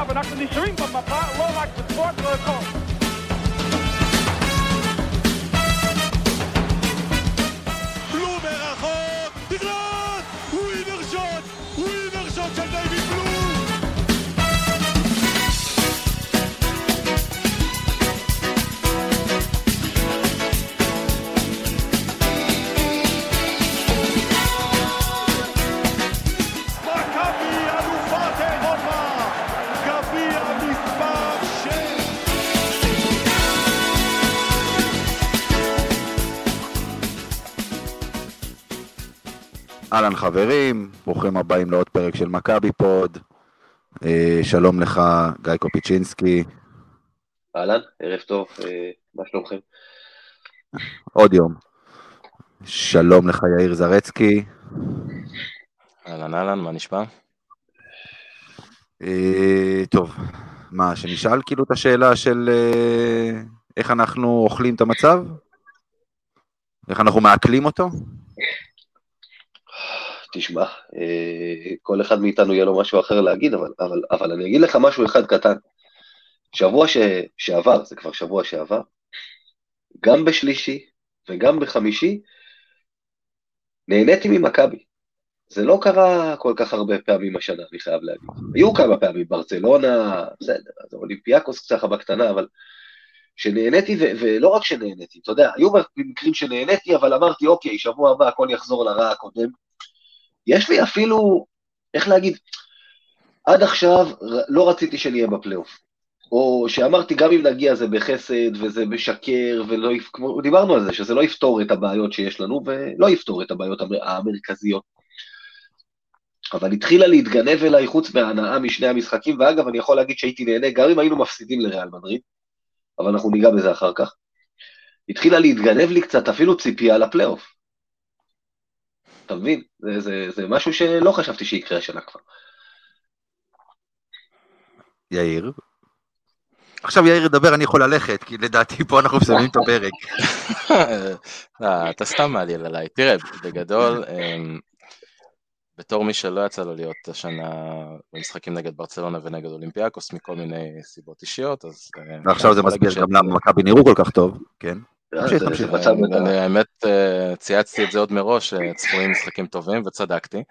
אבל אנחנו נשארים במפה, לא רק בספורט, לא הכל. בלום מרחוק, תגלת! ווינר שוט של דיוויד בלום! אהלן חברים, ברוכים הבאים לעוד פרק של מכבי פוד. שלום לך גיא קופיצ'ינסקי. אהלן, ערב טוב, מה שלומכם? עוד יום. שלום לך יאיר זרצקי. אהלן, מה נשמע? טוב, מה, שנשאל כאילו את השאלה של איך אנחנו אוכלים את המצב? איך אנחנו מעכלים אותו? תשמע, כל אחד מאיתנו יהיה לו משהו אחר להגיד, אבל אני אגיד לך משהו אחד קטן. שבוע שעבר, זה כבר שבוע שעבר, גם בשלישי וגם בחמישי, נהניתי ממכבי. זה לא קרה כל כך הרבה פעמים השנה, אני חייב להגיד. היו כמה פעמים, ברצלונה, בסדר, אז אולימפיאקוס קצת בקטנה, אבל שנהניתי, ולא רק שנהניתי, אתה יודע, היו מקרים שנהניתי, אבל אמרתי, אוקיי, שבוע הבא הכל יחזור לרעה הקודם. יש לי אפילו, איך להגיד, עד עכשיו לא רציתי שנהיה בפלייאוף, או שאמרתי גם אם נגיע זה בחסד וזה בשקר, כמו, דיברנו על זה, שזה לא יפתור את הבעיות שיש לנו, ולא יפתור את הבעיות המרכזיות. אבל התחילה להתגנב אליי חוץ מההנאה משני המשחקים, ואגב אני יכול להגיד שהייתי נהנה, גם אם היינו מפסידים לריאל מדריד, אבל אנחנו ניגע בזה אחר כך. התחילה להתגנב לי קצת אפילו ציפייה לפלייאוף. אתה מבין? זה משהו שלא חשבתי שיקרה השנה כבר. יאיר. עכשיו יאיר ידבר, אני יכול ללכת, כי לדעתי פה אנחנו מסיימים את הפרק. אתה סתם מעליל עליי. תראה, בגדול, בתור מי שלא יצא לו להיות השנה במשחקים נגד ברצלונה ונגד אולימפיאקוס, מכל מיני סיבות אישיות, אז... ועכשיו זה מסביר גם למה מכבי נראו כל כך טוב, כן? אני האמת צייצתי את זה עוד מראש, צפויים משחקים טובים וצדקתי.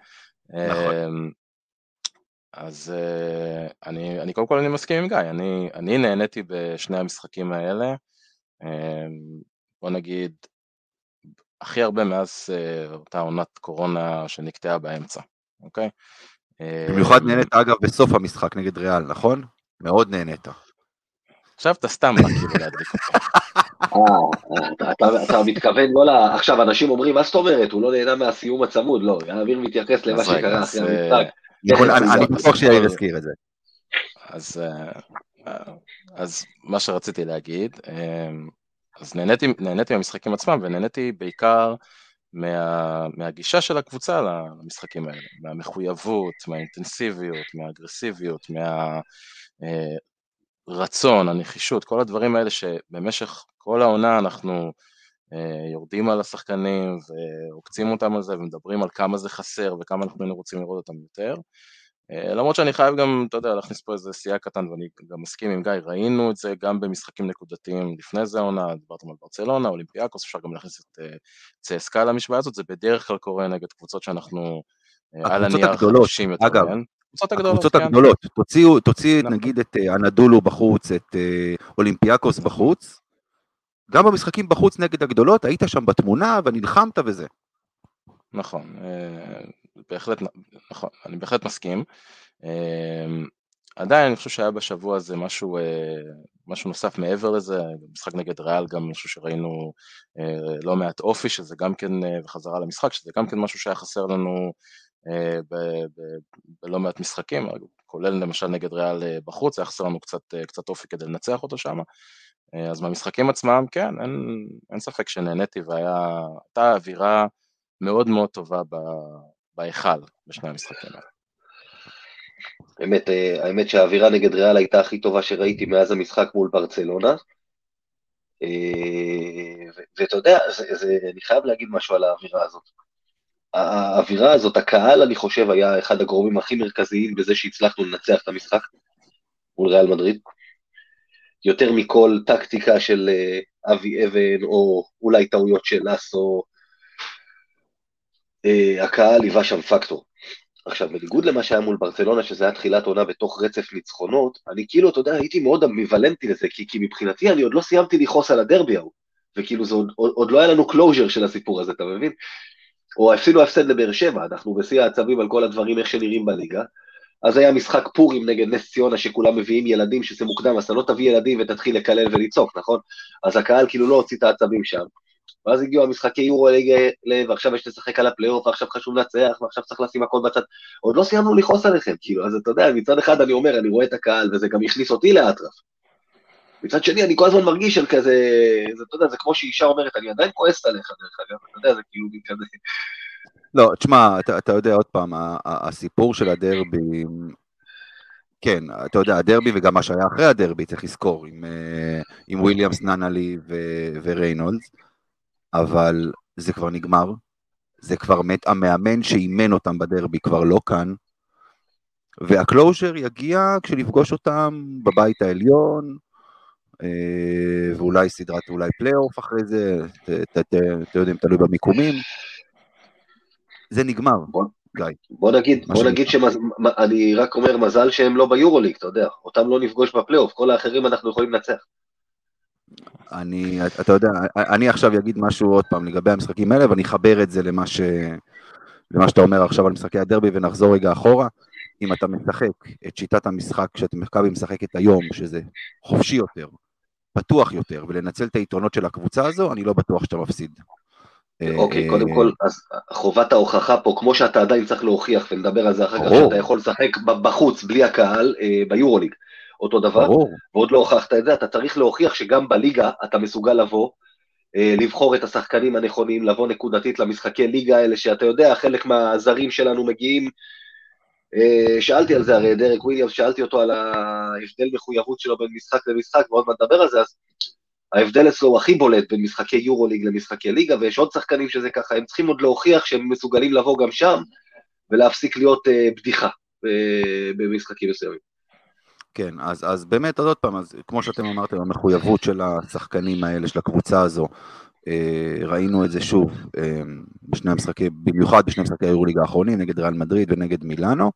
אז אני קודם כל אני מסכים עם גיא, אני נהניתי בשני המשחקים האלה, בוא נגיד הכי הרבה מאז אותה עונת קורונה שנקטעה באמצע, אוקיי? במיוחד נהנית אגב בסוף המשחק נגד ריאל, נכון? מאוד נהנית. עכשיו אתה סתם בא כאילו להדליק אותי. אתה מתכוון לא לה... עכשיו אנשים אומרים, מה זאת אומרת? הוא לא נהנה מהסיום הצמוד, לא, האוויר מתייחס למה שקרה אחרי המשחק. אני בטוח שיאיר הזכיר את זה. אז מה שרציתי להגיד, אז נהניתי מהמשחקים עצמם, ונהניתי בעיקר מהגישה של הקבוצה למשחקים האלה, מהמחויבות, מהאינטנסיביות, מהאגרסיביות, מהרצון, הנחישות, כל הדברים האלה שבמשך כל העונה אנחנו יורדים על השחקנים ועוקצים אותם על זה ומדברים על כמה זה חסר וכמה אנחנו רוצים לראות אותם יותר. למרות שאני חייב גם, אתה יודע, להכניס פה איזה סייג קטן, ואני גם מסכים עם גיא, ראינו את זה גם במשחקים נקודתיים לפני זה עונה, דיברתם על ברצלונה, אולימפיאקוס, אפשר גם להכניס את צסקה למשוואה הזאת, זה בדרך כלל קורה נגד קבוצות שאנחנו על הנייר חדשים יותר. אגב, הקבוצות הגדולות, תוציא נגיד את אנדולו בחוץ, את אולימפיאקוס בחוץ, גם במשחקים בחוץ נגד הגדולות, היית שם בתמונה ונלחמת וזה. נכון, בהחלט, נכון, אני בהחלט מסכים. עדיין אני חושב שהיה בשבוע הזה משהו נוסף מעבר לזה, במשחק נגד ריאל גם אני חושב שראינו לא מעט אופי, שזה גם כן, וחזרה למשחק, שזה גם כן משהו שהיה חסר לנו בלא מעט משחקים, כולל למשל נגד ריאל בחוץ, היה חסר לנו קצת אופי כדי לנצח אותו שם. אז מהמשחקים עצמם, כן, אין ספק שנהניתי, והייתה אווירה מאוד מאוד טובה בהיכל בשני המשחקים האלה. האמת שהאווירה נגד ריאל הייתה הכי טובה שראיתי מאז המשחק מול ברצלונה, ואתה יודע, אני חייב להגיד משהו על האווירה הזאת. האווירה הזאת, הקהל אני חושב היה אחד הגורמים הכי מרכזיים בזה שהצלחנו לנצח את המשחק. מול ריאל מדריד, יותר מכל טקטיקה של אבי אבן, או אולי טעויות של נאסו, הקהל היווה שם פקטור. עכשיו, בניגוד למה שהיה מול ברצלונה, שזה היה תחילת עונה בתוך רצף ניצחונות, אני כאילו, אתה יודע, הייתי מאוד אמביוולנטי לזה, כי מבחינתי אני עוד לא סיימתי לכעוס על הדרבי ההוא, וכאילו זה עוד לא היה לנו קלוז'ר של הסיפור הזה, אתה מבין? או אפילו הפסד לבאר שבע, אנחנו בשיא העצבים על כל הדברים איך שנראים בליגה, אז היה משחק פורים נגד נס ציונה, שכולם מביאים ילדים, שזה מוקדם, אז אתה לא תביא ילדים ותתחיל לקלל ולצעוק, נכון? אז הקהל כאילו לא הוציא את העצבים שם, ואז הגיעו המשחקי יורו ליגה, ועכשיו יש לשחק על הפלייאוף, ועכשיו חשוב לנצח, ועכשיו צריך לשים הכל בצד, עוד לא סיימנו לכעוס עליכם, כאילו, אז אתה יודע, מצד אחד אני אומר, אני רואה את הקהל, וזה גם הכניס אותי לאטרף, מצד שני, אני כל הזמן מרגיש על כזה, אתה יודע, זה כמו שאישה אומרת, אני עדיין כועסת עליך, דרך אגב, אתה יודע, זה כאילו כזה. לא, תשמע, אתה יודע עוד פעם, הסיפור של הדרבי, כן, אתה יודע, הדרבי וגם מה שהיה אחרי הדרבי, צריך לזכור, עם וויליאמס, ננלי וריינולדס, אבל זה כבר נגמר, זה כבר מת, המאמן שאימן אותם בדרבי כבר לא כאן, והקלוז'ר יגיע כשנפגוש אותם בבית העליון, ואולי סדרת, אולי פלייאוף אחרי זה, אתה יודעים, תלוי במיקומים, זה נגמר, גיא. בוא נגיד שאני רק אומר מזל שהם לא ביורוליג, אתה יודע, אותם לא נפגוש בפלייאוף, כל האחרים אנחנו יכולים לנצח. אתה יודע, אני עכשיו אגיד משהו עוד פעם לגבי המשחקים האלה, ואני אחבר את זה למה שאתה אומר עכשיו על משחקי הדרבי, ונחזור רגע אחורה. אם אתה משחק את שיטת המשחק, כשאתה מכבי משחקת היום, שזה חופשי יותר, פתוח יותר, ולנצל את היתרונות של הקבוצה הזו, אני לא בטוח שאתה מפסיד. אוקיי, קודם כל, אז חובת ההוכחה פה, כמו שאתה עדיין צריך להוכיח, ונדבר על זה אחר כך, שאתה יכול לשחק בחוץ, בלי הקהל, ביורוליג, אותו דבר, ועוד לא הוכחת את זה, אתה צריך להוכיח שגם בליגה אתה מסוגל לבוא, לבחור את השחקנים הנכונים, לבוא נקודתית למשחקי ליגה האלה, שאתה יודע, חלק מהזרים שלנו מגיעים, שאלתי על זה, הרי דרק וויליאמס, שאלתי אותו על ההבדל מחויבות שלו בין משחק למשחק, ועוד מה נדבר על זה, אז ההבדל אצלו הוא הכי בולט בין משחקי יורוליג למשחקי ליגה, ויש עוד שחקנים שזה ככה, הם צריכים עוד להוכיח שהם מסוגלים לבוא גם שם, ולהפסיק להיות בדיחה במשחקים מסוימים. כן, אז באמת, עוד פעם, אז כמו שאתם אמרתם, המחויבות של השחקנים האלה, של הקבוצה הזו, ראינו את זה שוב, במיוחד בשני משחקי היורוליג האחרונים, נגד ריאל מדריד ונגד מילאנו,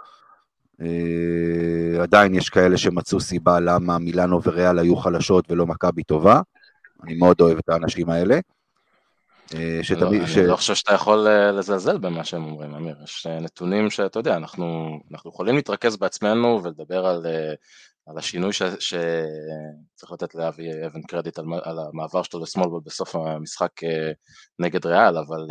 עדיין יש כאלה שמצאו סיבה למה מילאנו וריאל היו חלשות ולא מכבי טובה, אני מאוד אוהב את האנשים האלה. אני לא חושב שאתה יכול לזלזל במה שהם אומרים, אמיר, יש נתונים שאתה יודע, אנחנו יכולים להתרכז בעצמנו ולדבר על השינוי שצריך לתת לאבי אבן קרדיט על המעבר שלו לסמולבול בסוף המשחק נגד ריאל, אבל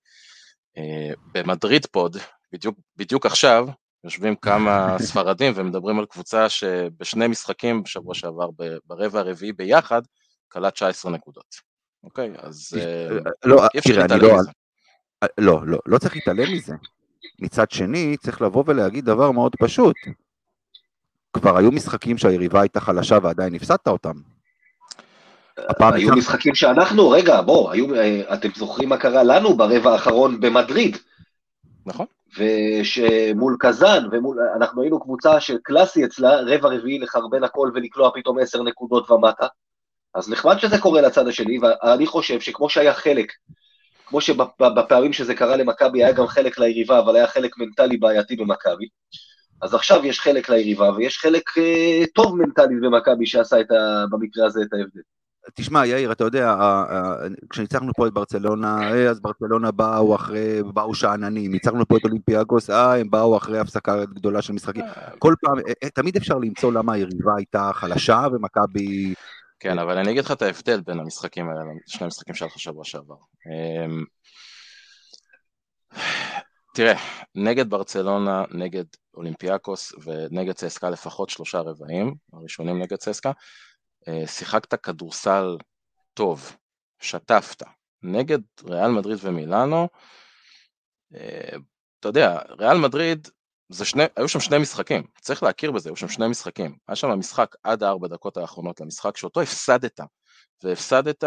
במדריד פוד, בדיוק עכשיו, יושבים כמה ספרדים ומדברים על קבוצה שבשני משחקים בשבוע שעבר ברבע הרביעי ביחד, קלט 19 נקודות. אוקיי, אז אי אפשר להתעלם מזה. לא צריך להתעלם מזה. מצד שני, צריך לבוא ולהגיד דבר מאוד פשוט. כבר היו משחקים שהיריבה הייתה חלשה ועדיין הפסדת אותם. היו משחקים שאנחנו, רגע, אתם זוכרים מה קרה לנו ברבע האחרון במדריד. נכון. ושמול קזן, אנחנו היינו קבוצה של קלאסי אצלה, רבע רביעי לחרבן הכל ולקלוע פתאום 10 נקודות ומטה. אז נחמד שזה קורה לצד השני, ואני חושב שכמו שהיה חלק, כמו שבפעמים שזה קרה למכבי, היה גם חלק ליריבה, אבל היה חלק מנטלי בעייתי במכבי, אז עכשיו יש חלק ליריבה, ויש חלק טוב מנטלי במכבי שעשה במקרה הזה את ההבדל. תשמע, יאיר, אתה יודע, כשניצחנו פה את ברצלונה, אז ברצלונה באו שעננים, ניצחנו פה את אולימפיאקוס, הם באו אחרי הפסקה גדולה של משחקים, כל פעם, תמיד אפשר למצוא למה היריבה הייתה חלשה, ומכבי... כן, אבל אני אגיד לך את ההבדל בין המשחקים האלה, שני המשחקים שלך שבוע שעבר. תראה, נגד ברצלונה, נגד אולימפיאקוס ונגד צסקה לפחות 3 רבעים, הראשונים נגד צסקה, שיחקת כדורסל טוב, שטפת. נגד ריאל מדריד ומילאנו, אתה יודע, ריאל מדריד, היו שם 2 משחקים, צריך להכיר בזה, היו שם 2 משחקים, היה שם המשחק עד 4 דקות האחרונות למשחק, שאותו הפסדת, והפסדת,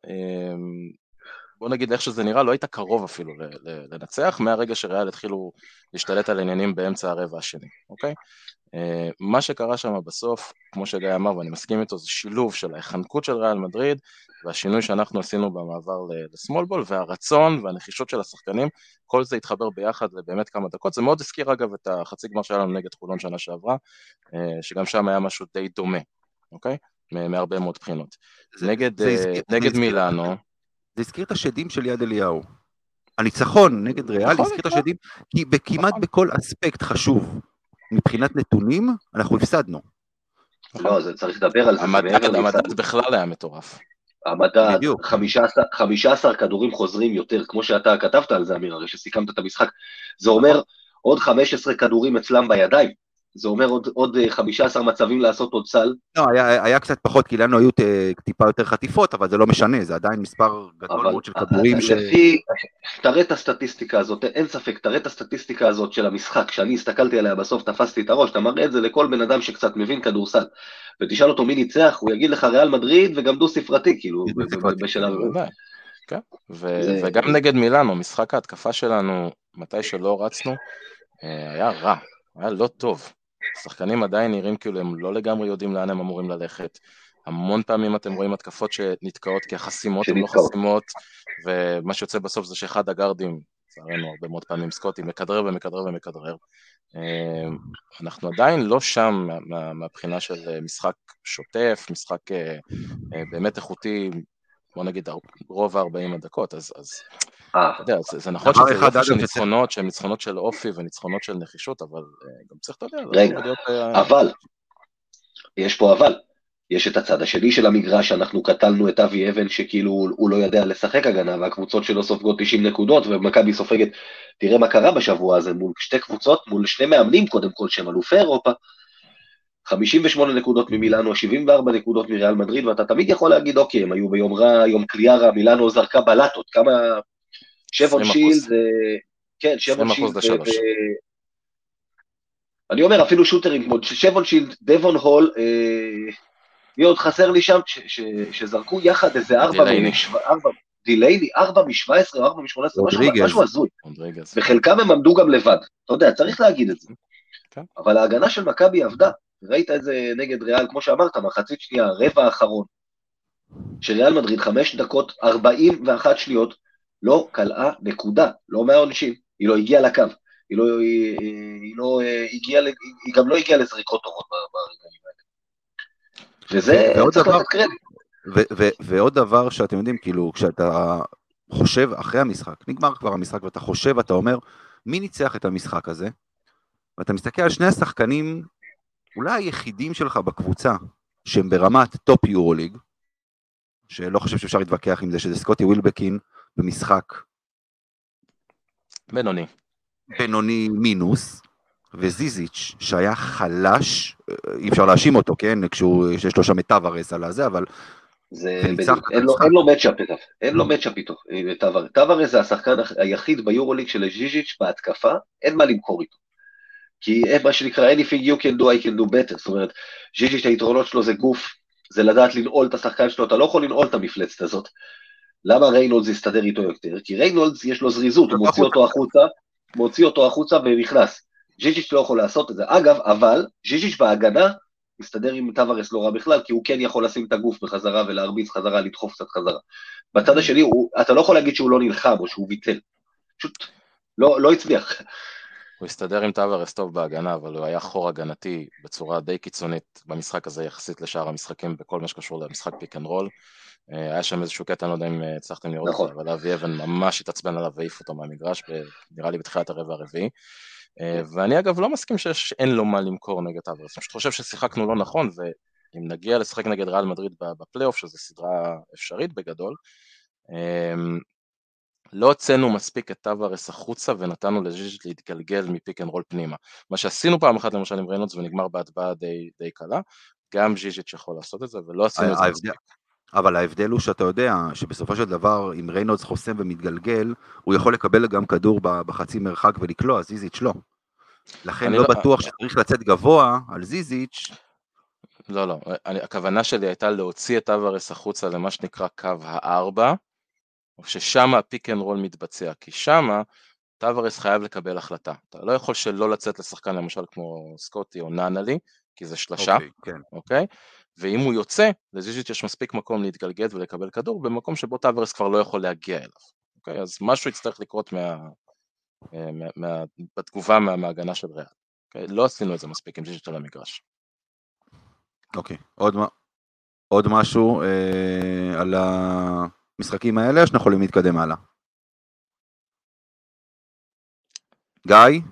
בוא נגיד איך שזה נראה, לא היית קרוב אפילו לנצח, מהרגע שריאל התחילו להשתלט על עניינים באמצע הרבע השני, אוקיי? מה שקרה שם בסוף, כמו שגיא אמר, ואני מסכים איתו, זה שילוב של ההחנקות של ריאל מדריד, והשינוי שאנחנו עשינו במעבר לסמול בול, והרצון והנחישות של השחקנים, כל זה התחבר ביחד לבאמת כמה דקות. זה מאוד הזכיר אגב את החצי גמר שהיה לנו נגד חולון שנה שעברה, שגם שם היה משהו די דומה, אוקיי? מהרבה מאוד בחינות. נגד מילאנו. זה הזכיר את השדים של יד אליהו. הניצחון נגד ריאל הזכיר את השדים, כי כמעט בכל אספקט חשוב, מבחינת נתונים, אנחנו הפסדנו. לא, זה צריך לדבר על זה. המדד בכלל היה מטורף. המדד, 15 כדורים חוזרים יותר, כמו שאתה כתבת על זה, אמיר, הרי שסיכמת את המשחק, זה אומר עוד 15 כדורים אצלם בידיים, זה אומר עוד 15 מצבים לעשות עוד סל. לא, היה קצת פחות, כי לנו היו טיפה יותר חטיפות, אבל זה לא משנה, זה עדיין מספר גדול מאוד של כדורים. תראה את הסטטיסטיקה הזאת, אין ספק, תראה את הסטטיסטיקה הזאת של המשחק, כשאני הסתכלתי עליה בסוף, תפסתי את הראש, אתה מראה את זה לכל בן אדם שקצת מבין כדורסל, ותשאל אותו מי ניצח, הוא יגיד לך ריאל מדריד וגם דו ספרתי, כאילו, בשלב. וגם נגד מילאנו, משחק ההתקפה שלנו, מתי שלא רצנו, היה רע, היה לא טוב. השחקנים עדיין נראים כאילו הם לא לגמרי יודעים לאן הם אמורים ללכת. המון פעמים אתם רואים התקפות שנתקעות כי החסימות הן לא חסימות, ומה שיוצא בסוף זה שאחד הגארדים, צערנו הרבה מאוד פעמים סקוטי, מכדרר ומכדרר ומכדרר. אנחנו עדיין לא שם מהבחינה של משחק שוטף, משחק באמת איכותי, בוא נגיד רוב 40 הדקות, אז אתה יודע, זה נכון שזה יופי של ניצחונות, שהן ניצחונות של אופי וניצחונות של נחישות, אבל גם צריך, אתה יודע, רגע, אבל, יש פה אבל, יש את הצד השני של המגרש, אנחנו קטלנו את אבי אבן, שכאילו הוא לא יודע לשחק הגנה, והקבוצות שלו סופגות 90 נקודות, ומכבי סופגת, תראה מה קרה בשבוע הזה, מול שתי קבוצות, מול שני מאמנים קודם כל, שהם אלופי אירופה, 58 נקודות ממילאנו, 74 נקודות מריאל מדריד, ואתה תמיד יכול להגיד, אוקיי, הם היו ביום רע, יום קליארה, מילאנו זרקה בלטות, כמה... שבון שילד, כן, שבון שילד, אני אומר אפילו שוטרים כמו שבון שילד, דבון הול, מי עוד חסר לי שם, שזרקו יחד איזה 4 דילייני, 4 מ-17 או 4 מ-18, משהו הזוי, וחלקם הם עמדו גם לבד, אתה יודע, צריך להגיד את זה, אבל ההגנה של מכבי עבדה, ראית את זה נגד ריאל, כמו שאמרת, מחצית שנייה, רבע האחרון, שריאל מדריד 5 דקות, 41 שניות, לא קלעה נקודה, לא מהעונשים, היא לא הגיעה לקו, היא גם לא הגיעה לזריקות טובות ברגעים האלה. וזה צריך לתת קרדיט. ועוד דבר שאתם יודעים, כאילו, כשאתה חושב אחרי המשחק, נגמר כבר המשחק, ואתה חושב, אתה אומר, מי ניצח את המשחק הזה? ואתה מסתכל על שני השחקנים, אולי היחידים שלך בקבוצה, שהם ברמת טופ יורוליג, שלא חושב שאפשר להתווכח עם זה, שזה סקוטי ווילבקין, במשחק בינוני מינוס, וזיזיץ' שהיה חלש, אי אפשר להאשים אותו, כן, כשיש לו שם את טווארס על הזה, אבל אין לו מצ'אפ איתו, טווארס זה השחקן היחיד ביורוליג של ז'יז'יץ' בהתקפה, אין מה למכור איתו, כי מה שנקרא anything you can do, I can do better, זאת אומרת, ז'יז'יץ' היתרונות שלו זה גוף, זה לדעת לנעול את השחקן שלו, אתה לא יכול לנעול את המפלצת הזאת, למה ריינולדס יסתדר איתו יותר? כי ריינולדס יש לו זריזות, הוא מוציא אותו החוצה ונכנס. ז'יז'יץ' לא יכול לעשות את זה. אגב, אבל ז'יז'יץ' בהגנה מסתדר עם טווארס לא רע בכלל, כי הוא כן יכול לשים את הגוף בחזרה ולהרביץ חזרה, לדחוף קצת חזרה. בצד השני, אתה לא יכול להגיד שהוא לא נלחם או שהוא ויתל. פשוט לא הצליח. הוא הסתדר עם טווארס טוב בהגנה, אבל הוא היה חור הגנתי בצורה די קיצונית במשחק הזה, יחסית לשאר המשחקים, בכל מה שקשור למשחק פיק אנד רול. היה שם איזשהו קטע, אני לא יודע אם הצלחתם לראות אותו, אבל אבי אבן ממש התעצבן עליו והעיף אותו מהמגרש, נראה לי בתחילת הרבע הרביעי. ואני אגב לא מסכים שאין לו מה למכור נגד טווארס, אני חושב ששיחקנו לא נכון, ואם נגיע לשחק נגד ריאל מדריד בפלייאוף, שזו סדרה אפשרית בגדול, לא הוצאנו מספיק את טווארס החוצה, ונתנו לז'יז'יץ' להתגלגל מפיק אנד רול פנימה. מה שעשינו פעם אחת למשל עם ריינולדס, ונגמר בהטבעה די קלה, גם ז'יז'יץ' יכול לעשות את זה, ולא עשינו את זה מספיק. אבל ההבדל הוא שאתה יודע שבסופו של דבר, אם ריינולדס חוסם ומתגלגל, הוא יכול לקבל גם כדור בחצי מרחק ולקלוע, זיזיץ' לא. לכן לא בטוח שצריך לצאת גבוה על זיזיץ'. לא, הכוונה שלי הייתה להוציא את טווארס החוצה למה שנקרא קו ה4, ששם הפיק אנד רול מתבצע, כי שמה טווארס חייב לקבל החלטה. אתה לא יכול שלא לצאת לשחקן למשל כמו סקוטי או נאנלי, כי זה שלשה, אוקיי? ואם הוא יוצא, לז'יז'יץ' יש מספיק מקום להתגלגל ולקבל כדור, במקום שבו טווארס כבר לא יכול להגיע אליו. אוקיי? אז משהו יצטרך לקרות בתגובה מההגנה של ריאל. אוקיי? לא עשינו את זה מספיק עם ז'יז'יץ' על המגרש. אוקיי, עוד משהו על המשחקים האלה, שאנחנו יכולים להתקדם הלאה. גיא?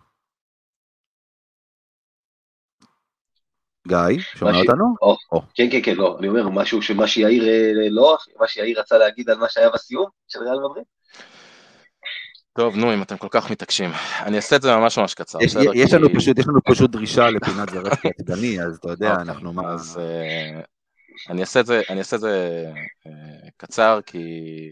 גיא, שומע אותנו? כן, לא, אני אומר משהו שמה שיאיר לא, מה שיאיר רצה להגיד על מה שהיה בסיום של ריאל מדריד. טוב, נו, אם אתם כל כך מתעקשים. אני אעשה את זה ממש קצר. יש לנו פשוט דרישה לפינת זרצקי עתידני, אז אתה יודע, אנחנו מה... אז אני אעשה את זה קצר, כי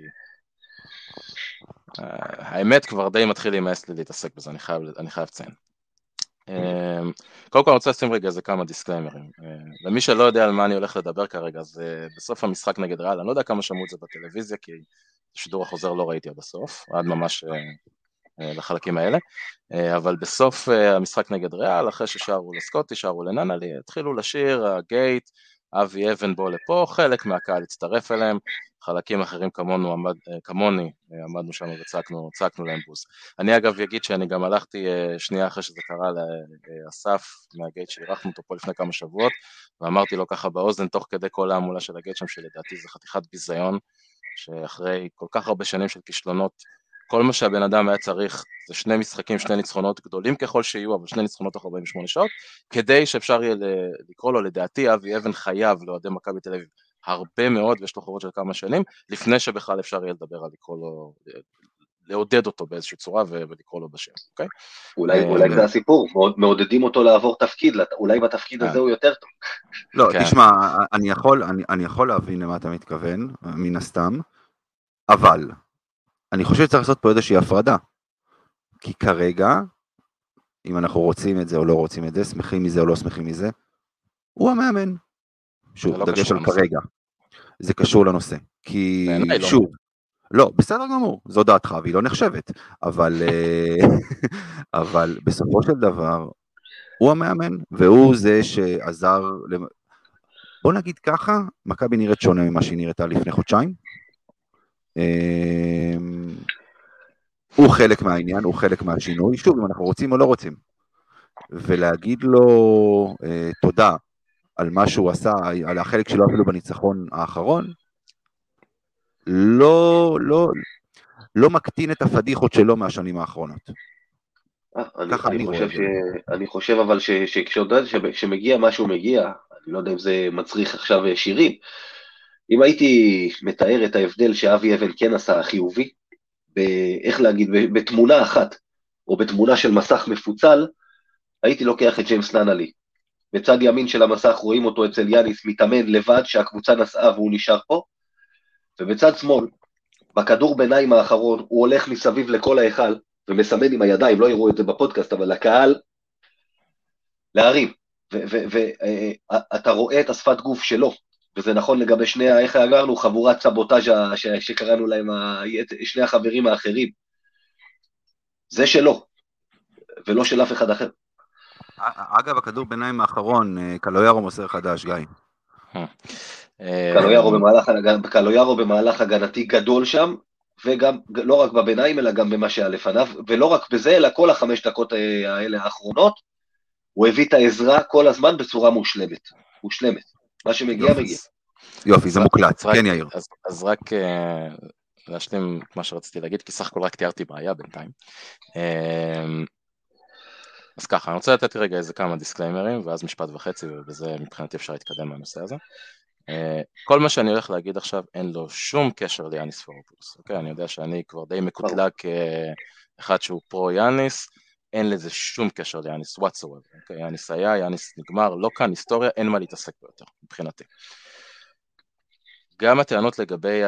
האמת כבר די מתחיל להימאס לי להתעסק בזה, אני חייב לציין. קודם כל אני רוצה לשים רגע איזה כמה דיסקליימרים, למי שלא יודע על מה אני הולך לדבר כרגע, אז בסוף המשחק נגד ריאל, אני לא יודע כמה שמעו את זה בטלוויזיה, כי שידור החוזר לא ראיתי עד הסוף, עד ממש לחלקים האלה, אבל בסוף המשחק נגד ריאל, אחרי ששארו לסקוטי, שרו לנאנלי, התחילו לשיר, הגייט, אבי אבן בוא לפה, חלק מהקהל הצטרף אליהם, חלקים אחרים כמוני עמדנו שם וצעקנו להם בוז. אני אגב אגיד שאני גם הלכתי שנייה אחרי שזה קרה לאסף מהגייט שאירחנו אותו פה לפני כמה שבועות, ואמרתי לו ככה באוזן תוך כדי כל העמולה של הגייט שם, שלדעתי זה חתיכת ביזיון, שאחרי כל כך הרבה שנים של כישלונות, כל מה שהבן אדם היה צריך זה 2 משחקים, 2 ניצחונות גדולים ככל שיהיו, אבל 2 ניצחונות תוך 48 שעות, כדי שאפשר יהיה לקרוא לו, לדעתי אבי אבן חייב לאוהדי מכבי תל אביב הרבה מאוד, ויש לו חובות של כמה שנים, לפני שבכלל אפשר יהיה לדבר על לקרוא לו, לעודד אותו באיזושהי צורה ולקרוא לו בשם, אוקיי? אולי זה הסיפור, מעודדים אותו לעבור תפקיד, אולי בתפקיד הזה הוא יותר טוב. לא, תשמע, אני יכול להבין למה אתה מתכוון, מן הסתם, אבל אני חושב שצריך לעשות פה איזושהי הפרדה, כי כרגע, אם אנחנו רוצים את זה או לא רוצים את זה, שמחים מזה או לא שמחים מזה, הוא המאמן. שוב, דגש על כרגע. זה קשור לנושא. כי שוב, לא, בסדר גמור, זו דעתך, והיא לא נחשבת, אבל בסופו של דבר, הוא המאמן, והוא זה שעזר, בוא נגיד ככה, מכבי נראית שונה ממה שהיא נראתה לפני חודשיים, הוא חלק מהעניין, הוא חלק מהשינוי, שוב, אם אנחנו רוצים או לא רוצים, ולהגיד לו תודה על מה שהוא עשה, על החלק שלו אפילו בניצחון האחרון, לא מקטין את הפדיחות שלו מהשנים האחרונות. אני חושב אבל שמגיע משהו מגיע, אני לא יודע אם זה מצריך עכשיו שירים, אם הייתי מתאר את ההבדל שאבי אבן כן עשה חיובי, איך להגיד, בתמונה אחת, או בתמונה של מסך מפוצל, הייתי לוקח את ג'יימס נאנלי. בצד ימין של המסך רואים אותו אצל יאניס מתאמן לבד, שהקבוצה נסעה והוא נשאר פה, ובצד שמאל, בכדור ביניים האחרון, הוא הולך מסביב לכל ההיכל, ומסמן עם הידיים, לא יראו את זה בפודקאסט, אבל לקהל, להרים, ואתה רואה את השפת גוף שלו, וזה נכון לגבי שני, איך הגרנו, חבורת סבוטאז'ה שקראנו להם, שני החברים האחרים, זה שלו, ולא של אף אחד אחר. אגב, הכדור ביניים האחרון, קלויארו מוסר חדש, גיא. קלויארו במהלך הגנתי גדול שם, וגם לא רק בביניים, אלא גם במה שהיה לפניו, ולא רק בזה, אלא כל 5 דקות האלה האחרונות, הוא הביא את העזרה כל הזמן בצורה מושלמת. מה שמגיע, מגיע. יופי, זה מוקלט, כן יאיר. אז רק להשלים מה שרציתי להגיד, כי סך הכל רק תיארתי בעיה בינתיים. אז ככה, אני רוצה לתת רגע איזה כמה דיסקליימרים, ואז משפט וחצי, ובזה מבחינתי אפשר להתקדם מהנושא הזה. כל מה שאני הולך להגיד עכשיו, אין לו שום קשר ליאניס פרופולוס, אוקיי? אני יודע שאני כבר די מקוטלג כאחד שהוא פרו יאניס, אין לזה שום קשר ליאניס whatsoever, אוקיי? יאניס היה, יאניס נגמר, לא כאן היסטוריה, אין מה להתעסק ביותר, מבחינתי. גם הטענות לגבי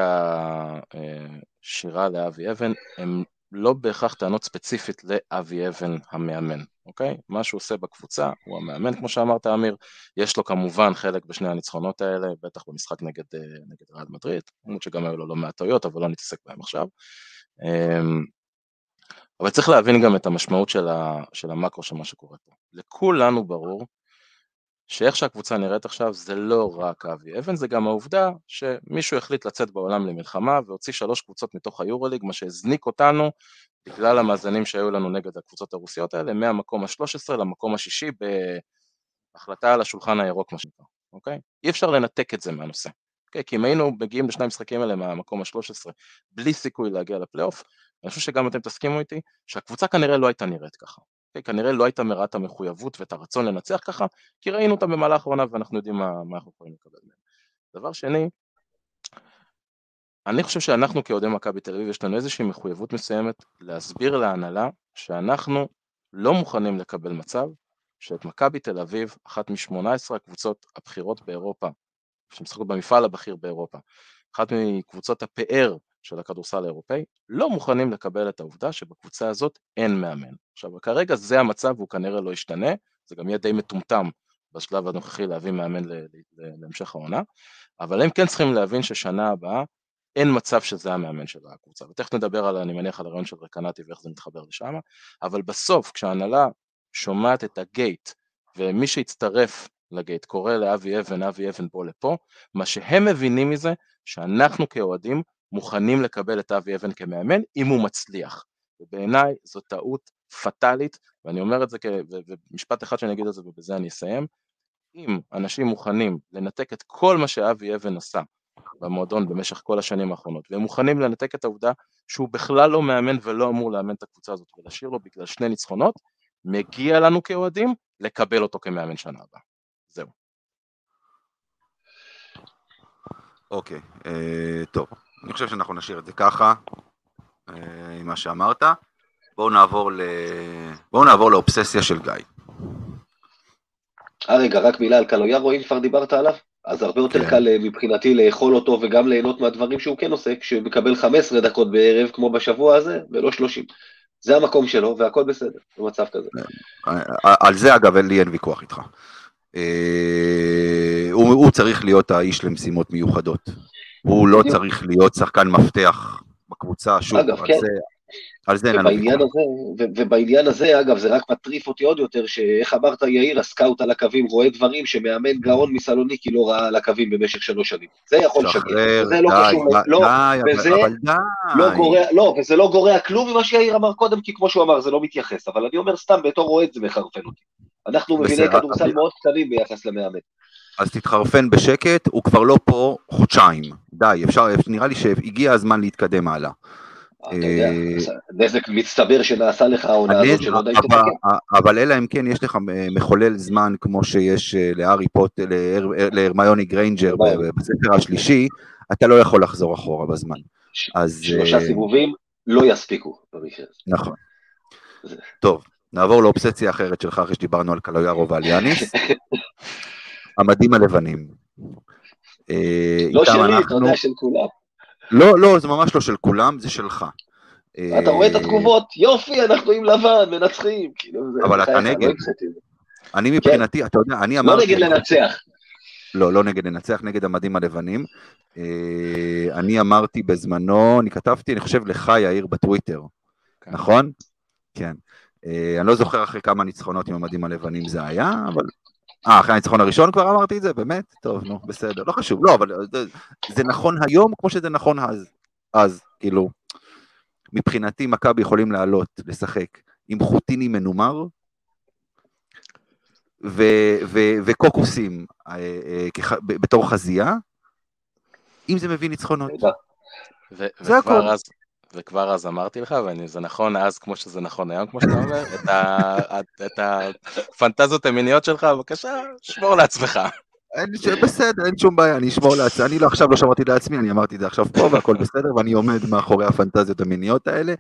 השירה לאבי אבן, הם לא בהכרח טענות ספציפית לאבי אבן המאמן, אוקיי? מה שהוא עושה בקבוצה, הוא המאמן, כמו שאמרת אמיר, יש לו כמובן חלק בשני הניצחונות האלה, בטח במשחק נגד ריאל מדריד, למרות שגם היו לו לא מעט טעויות, אבל לא נתעסק בהם עכשיו. אבל צריך להבין גם את המשמעות של המקרו של מה שקורה פה. לכולנו ברור שאיך שהקבוצה נראית עכשיו זה לא רק אבי אבן, זה גם העובדה שמישהו החליט לצאת בעולם למלחמה והוציא 3 קבוצות מתוך היורוליג, מה שהזניק אותנו בגלל המאזנים שהיו לנו נגד הקבוצות הרוסיות האלה, מהמקום ה-13 למקום ה-6 בהחלטה על השולחן הירוק, מה שנקרא, אוקיי? אי אפשר לנתק את זה מהנושא, אוקיי? כי אם היינו מגיעים לשני המשחקים האלה מהמקום ה-13 בלי סיכוי להגיע לפלייאוף, אני חושב שגם אתם תסכימו איתי שהקבוצה כנראה לא הייתה נראית ככה. כנראה לא הייתה מראה את המחויבות ואת הרצון לנצח ככה, כי ראינו אותה במהלך העונה ואנחנו יודעים מה אנחנו יכולים לקבל מהם. דבר שני, אני חושב שאנחנו כאוהדי מכבי תל אביב יש לנו איזושהי מחויבות מסוימת להסביר להנהלה שאנחנו לא מוכנים לקבל מצב שאת מכבי תל אביב, אחת מ-18 הקבוצות הבכירות באירופה, שמשחקות במפעל הבכיר באירופה, אחת מקבוצות הפאר של הכדורסל האירופאי, לא מוכנים לקבל את העובדה שבקבוצה הזאת אין מאמן. עכשיו, כרגע זה המצב, והוא כנראה לא ישתנה, זה גם יהיה די מטומטם בשלב הנוכחי להביא מאמן להמשך העונה, אבל הם כן צריכים להבין ששנה הבאה אין מצב שזה המאמן של הקבוצה, ותכף נדבר על, אני מניח, על הרעיון של רקנטי ואיך זה מתחבר לשם, אבל בסוף, כשההנהלה שומעת את הגייט, ומי שיצטרף לגייט קורא לאבי אבן, אבי אבן בוא לפה, מה שהם מבינים מזה, שאנחנו כאוהדים מוכנים לקבל את אבי אבן כמאמן, אם הוא מצליח. ובעיניי זו טעות פטלית, ואני אומר את זה במשפט אחד שאני אגיד את זה, ובזה אני אסיים, אם אנשים מוכנים לנתק את כל מה שאבי אבן עשה במועדון במשך כל השנים האחרונות, והם מוכנים לנתק את העובדה שהוא בכלל לא מאמן ולא אמור לאמן את הקבוצה הזאת, ולהשאיר לו בגלל 2 ניצחונות, מגיע לנו כאוהדים לקבל אותו כמאמן שנה הבאה. זהו. אוקיי, טוב. אני חושב שאנחנו נשאיר את זה ככה, עם מה שאמרת. בואו נעבור לאובססיה של גיא. רגע, רק מילה על קלויארו, אם כבר דיברת עליו, אז הרבה יותר קל מבחינתי לאכול אותו וגם ליהנות מהדברים שהוא כן עושה, כשהוא מקבל 15 דקות בערב כמו בשבוע הזה, ולא 30. זה המקום שלו, והכל בסדר, במצב כזה. על זה אגב, לי אין ויכוח איתך. הוא צריך להיות האיש למשימות מיוחדות. הוא לא צריך להיות שחקן מפתח בקבוצה, שוב, אגב, כן. על זה אין לנו ויכוח. ובעניין הזה, אגב, זה רק מטריף אותי עוד יותר, שאיך אמרת יאיר, הסקאוט על הקווים רואה דברים שמאמן גאון מסלוניקי לא ראה על הקווים במשך 3 שנים. זה יכול לשגר. זה לא קשור, וזה לא גורע כלום ממה שיאיר אמר קודם, כי כמו שהוא אמר, זה לא מתייחס, אבל אני אומר סתם, בתור רועד זה מחרפן אותי. אנחנו מביני כדורסל מאוד קטנים ביחס למאמן. אז תתחרפן בשקט, הוא כבר לא פה חודשיים. די, נראה לי שהגיע הזמן להתקדם הלאה. אתה יודע, נזק מצטבר שנעשה לך העונה הזאת שלא די שתתקן. אבל אלא אם כן יש לך מחולל זמן כמו שיש להארי פוטר, להרמיוני גריינג'ר בספר השלישי, אתה לא יכול לחזור אחורה בזמן. 3 סיבובים לא יספיקו במקרה. נכון. טוב, נעבור לאובססיה אחרת שלך אחרי שדיברנו על קלויארו ועל יאניס. המדים הלבנים. לא שלי, אתה יודע, של כולם. לא, זה ממש לא של כולם, זה שלך. אתה רואה את התגובות, יופי, אנחנו עם לבן, מנצחים. אבל אתה נגד. אני מבחינתי, אתה יודע, אני אמרתי... לא נגד לנצח. לא נגד לנצח, נגד המדים הלבנים. אני אמרתי בזמנו, אני כתבתי, אני חושב לך יאיר בטוויטר. נכון? כן. אני לא זוכר אחרי כמה ניצחונות עם המדים הלבנים זה היה, אבל... אחרי הניצחון הראשון כבר אמרתי את זה, באמת? טוב, נו, בסדר, לא חשוב, לא, אבל זה נכון היום כמו שזה נכון אז, כאילו, מבחינתי מכבי יכולים לעלות, לשחק, עם חוטיני מנומר, וקוקוסים בתור חזייה, אם זה מביא ניצחונות. זה הכל. וכבר אז אמרתי לך, וזה נכון אז כמו שזה נכון היום, כמו שאתה אומר, את הפנטזיות המיניות שלך, בבקשה, שמור לעצמך. בסדר, אין שום בעיה, אני אשמור לעצמי, אני עכשיו לא שמרתי לעצמי, אני אמרתי את זה עכשיו פה, והכל בסדר, ואני עומד מאחורי הפנטזיות המיניות האלה.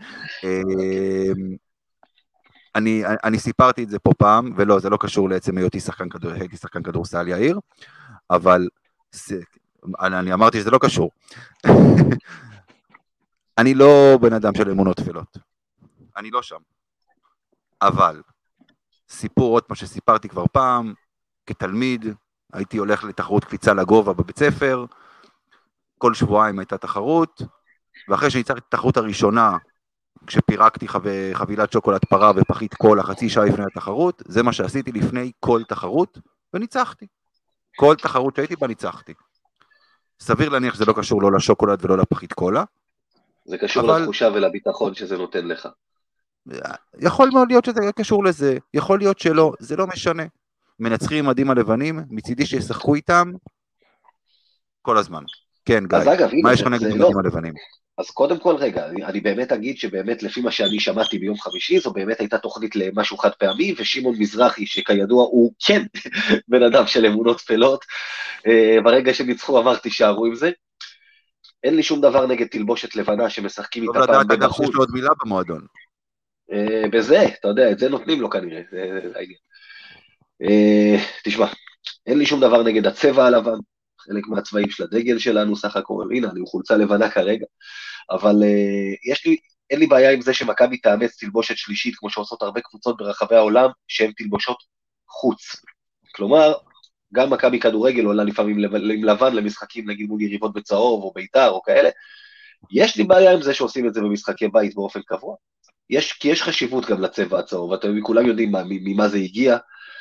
אני סיפרתי את זה פה פעם, ולא, זה לא קשור לעצם היותי שחקן כדורסל יאיר, אבל אני אמרתי שזה לא קשור. אני לא בן אדם של אמונות תפלות, אני לא שם, אבל סיפור עוד מה שסיפרתי כבר פעם, כתלמיד, הייתי הולך לתחרות קפיצה לגובה בבית ספר, כל שבועיים הייתה תחרות, ואחרי שניצחתי את התחרות הראשונה, כשפירקתי חבילת שוקולד פרה ופחית קולה חצי שעה לפני התחרות, זה מה שעשיתי לפני כל תחרות, וניצחתי. כל תחרות שהייתי בה ניצחתי. סביר להניח שזה לא קשור לא לשוקולד ולא לפחית קולה. זה קשור לתחושה ולביטחון שזה נותן לך. יכול מאוד להיות שזה קשור לזה, יכול להיות שלא, זה לא משנה. מנצחים עם מדים הלבנים, מצידי שישחקו איתם כל הזמן. כן, גיא, מה יש לך נגד מדים הלבנים? אז קודם כל רגע, אני באמת אגיד שבאמת לפי מה שאני שמעתי ביום חמישי, זו באמת הייתה תוכנית למשהו חד פעמי, ושמעון מזרחי שכידוע הוא כן בן אדם של אמונות טפלות, ברגע שניצחו אמרתי שערו עם זה, אין לי שום דבר נגד תלבושת לבנה שמשחקים איתה פעם בבחוץ. אגב, שיש לו עוד מילה במועדון. בזה, אתה יודע, את זה נותנים לו כנראה, תשמע, אין לי שום דבר נגד הצבע הלבן, חלק מהצבעים של הדגל שלנו, סך הכל, הנה, אני חולצה לבנה כרגע, אבל אין לי בעיה עם זה שמכבי תאמץ תלבושת שלישית, כמו שעושות הרבה קבוצות ברחבי העולם, שהן תלבושות חוץ. כלומר, גם מכבי כדורגל עולה לפעמים עם לבן למשחקים, נגיד מול יריבות בצהוב או ביתר או כאלה, יש לי בעיה עם זה שעושים את זה במשחקי בית באופן קבוע, כי יש חשיבות גם לצבע הצהוב, ואתם כולם יודעים ממה זה הגיע,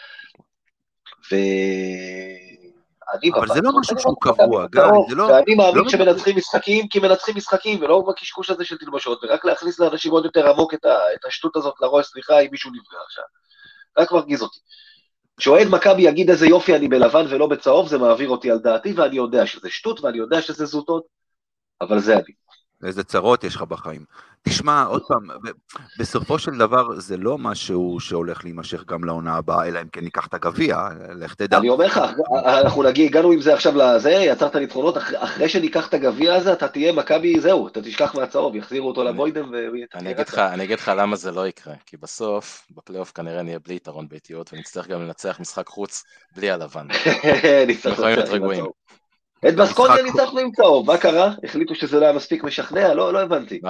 אבל זה לא משהו שהוא קבוע, ואני מאמין שמנצחים משחקים, כי מנצחים משחקים, ולא בקשקוש הזה של תלבשות, ורק להכניס לאנשים עוד יותר עמוק את השטות הזאת לראש, סליחה, אם מישהו נפגע עכשיו. רק מרגיז אותי. כשאוהד מכבי יגיד איזה יופי אני בלבן ולא בצהוב, זה מעביר אותי על דעתי, ואני יודע שזה שטות, ואני יודע שזה זוטות, אבל זה אני. איזה צרות יש לך בחיים. תשמע, עוד פעם, בסופו של דבר זה לא משהו שהולך להימשך גם לעונה הבאה, אלא אם כן ניקח את הגביע, לך תדע. אני אומר לך, אנחנו הגענו עם זה עכשיו לזה, יצרת ניצחונות, אחרי שניקח את הגביע הזה, אתה תהיה מכבי, זהו, אתה תשכח מהצהוב, יחזירו אותו לבוידם. אני אגיד לך למה זה לא יקרה, כי בסוף, בפלייאוף כנראה נהיה בלי יתרון ביתיות, ונצטרך גם לנצח משחק חוץ בלי הלבן. יכולים להיות רגועים. את בסקוניה ניצחנו עם צהוב, מה קרה? החליטו שזה לא היה מספיק משכנע? לא הבנתי.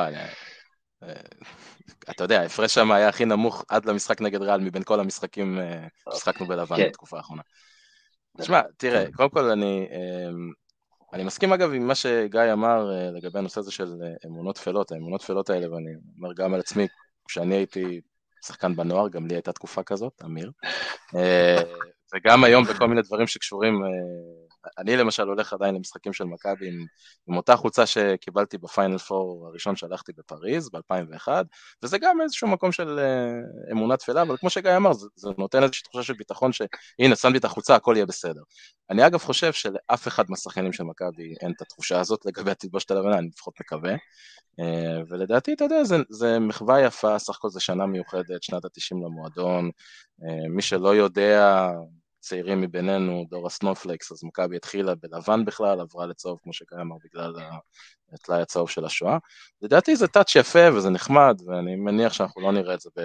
אתה יודע, ההפרש שם היה הכי נמוך עד למשחק נגד ריאל מבין כל המשחקים ששחקנו בלבן בתקופה האחרונה. תשמע, תראה, קודם כל אני מסכים אגב עם מה שגיא אמר לגבי הנושא הזה של אמונות טפלות, האמונות טפלות האלה, ואני אומר גם על עצמי, כשאני הייתי שחקן בנוער, גם לי הייתה תקופה כזאת, אמיר, וגם היום בכל מיני דברים שקשורים, אני למשל הולך עדיין למשחקים של מכבי עם אותה חולצה שקיבלתי בפיינל פור הראשון שהלכתי בפריז ב-2001, וזה גם איזשהו מקום של אמונה תפלה, אבל כמו שגיא אמר, זה נותן איזושהי תחושה של ביטחון שהנה, שמתי את החולצה, הכל יהיה בסדר. אני אגב חושב שלאף אחד מהשחקנים של מכבי אין את התחושה הזאת לגבי התלבושת הלבנה, אני לפחות מקווה, ולדעתי, אתה יודע, זה מחווה יפה, סך הכל זה שנה מיוחדת, שנת ה-90 למועדון, מי שלא יודע, צעירים מבינינו, דור הסנופלקס, אז מכבי התחילה בלבן בכלל, עברה לצהוב כמו שגיא אמר בגלל התלאי הצהוב של השואה. לדעתי זה טאץ' יפה וזה נחמד, ואני מניח שאנחנו לא נראה את זה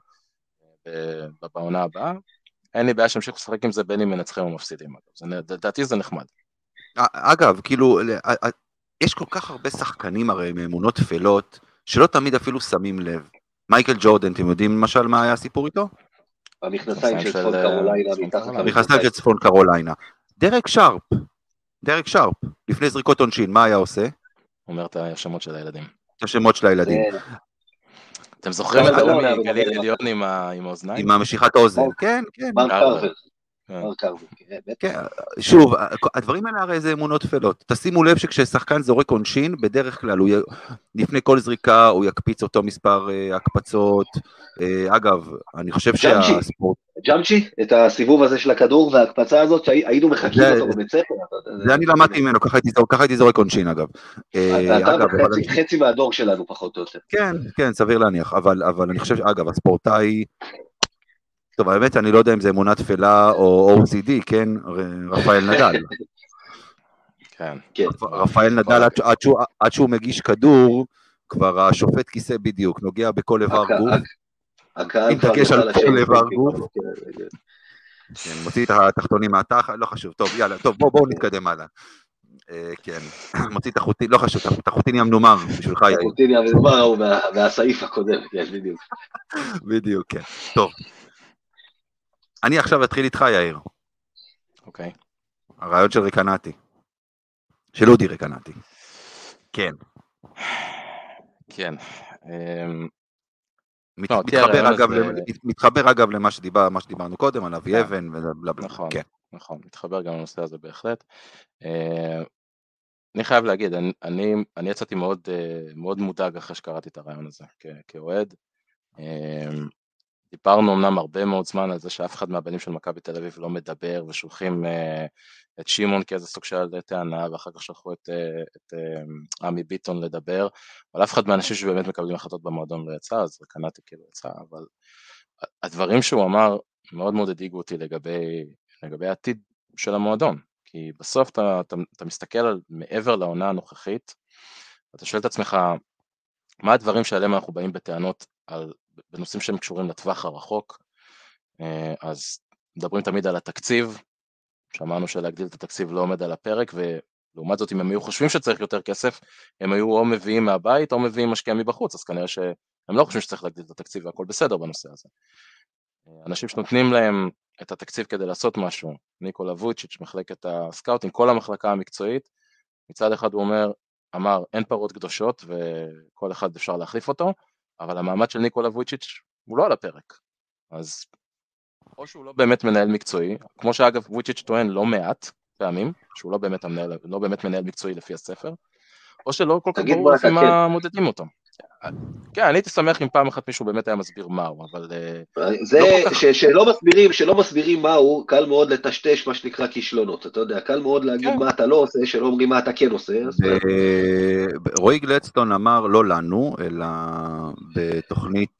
בעונה הבאה. אין לי בעיה שהמשיך לשחק עם זה בין אם מנצחים או מפסידים. לדעתי זה נחמד. אגב, כאילו, יש כל כך הרבה שחקנים הרי מאמונות טפלות, שלא תמיד אפילו שמים לב. מייקל ג'ורדן, אתם יודעים למשל מה היה הסיפור איתו? המכנסיים של צפון קרוליינה, המכנסיים של צפון קרוליינה. דרק שרפ, לפני זריקות עונשין, מה היה עושה? אומר את השמות של הילדים. את השמות של הילדים. אתם זוכרים את זה מגליל עליון עם האוזניים? עם המשיכת האוזן, כן. כן, שוב, הדברים האלה הרי זה אמונות טפלות. תשימו לב שכששחקן זורק עונשין, בדרך כלל, לפני כל זריקה הוא יקפיץ אותו מספר הקפצות. אגב, אני חושב שהספורט... ג'אמצ'י, את הסיבוב הזה של הכדור וההקפצה הזאת, שהיינו מחכים אותו בבית ספר. זה אני למדתי ממנו, ככה הייתי זורק עונשין אגב. אתה חצי מהדור שלנו פחות או יותר. כן, סביר להניח, אבל אני חושב שאגב, הספורטאי... טוב, האמת, אני לא יודע אם זה אמונה תפלה או OCD, כן? רפאל נדל. כן. רפאל נדל, עד שהוא מגיש כדור, כבר השופט כיסא בדיוק, נוגע בכל איבר גוף. אם תקש על כל איבר גוף. כן, מוציא את התחתונים מהתחת, לא חשוב, טוב, יאללה, טוב, בואו נתקדם הלאה. כן, מוציא את החוטין, לא חשוב, את החוטין ים נומר, בשבילך יאיר. החוטין ים נומר הוא מהסעיף הקודם, כן, בדיוק. בדיוק, כן. טוב. אני עכשיו אתחיל איתך, יאיר. אוקיי. הרעיון של ריקנטי. של אודי ריקנטי. כן. כן. מתחבר אגב למה שדיברנו קודם, על אבי אבן ובלה בלה. נכון, מתחבר גם לנושא הזה בהחלט. אני חייב להגיד, אני יצאתי מאוד מודאג אחרי שקראתי את הרעיון הזה כאוהד. דיברנו אמנם הרבה מאוד זמן על זה שאף אחד מהבנים של מכבי תל אביב לא מדבר, ושולחים את שימון כאיזה סוג של טענה, ואחר כך שלחו את עמי ביטון לדבר, אבל אף אחד מהאנשים שבאמת מקבלים החלטות במועדון לא יצא, אז קנאתי כאילו יצא, אבל הדברים שהוא אמר מאוד מאוד הדאיגו אותי לגבי העתיד של המועדון, כי בסוף אתה מסתכל על מעבר לעונה הנוכחית, אתה שואל את עצמך, מה הדברים שעליהם אנחנו באים בטענות בנושאים שהם קשורים לטווח הרחוק? אז מדברים תמיד על התקציב, שמענו שלהגדיל את התקציב לא עומד על הפרק, ולעומת זאת אם הם היו חושבים שצריך יותר כסף, הם היו או מביאים מהבית או מביאים משקיע מבחוץ, אז כנראה שהם לא חושבים שצריך להגדיל את התקציב והכל בסדר בנושא הזה. אנשים שנותנים להם את התקציב כדי לעשות משהו, ניקולה וויצ'יץ', מחלקת הסקאוטינג, כל המחלקה המקצועית, מצד אחד הוא אמר אין פרות קדושות וכל אחד אפשר להחליף אותו, אבל המעמד של ניקולה וויצ'יץ' הוא לא על הפרק, אז או שהוא לא באמת מנהל מקצועי, כמו שאגב וויצ'יץ' טוען לא מעט פעמים, שהוא לא באמת מנהל מקצועי לפי הספר, או שלא כל כך ברור לפי מה מודדים אותו. כן, אני הייתי שמח אם פעם אחת מישהו באמת היה מסביר מהו, אבל זה שלא מסבירים מהו, קל מאוד לטשטש מה שנקרא כישלונות, אתה יודע, קל מאוד להגיד מה אתה לא עושה, שלא אומרים מה אתה כן עושה. רועי גלדסטון אמר לא לנו, אלא בתוכנית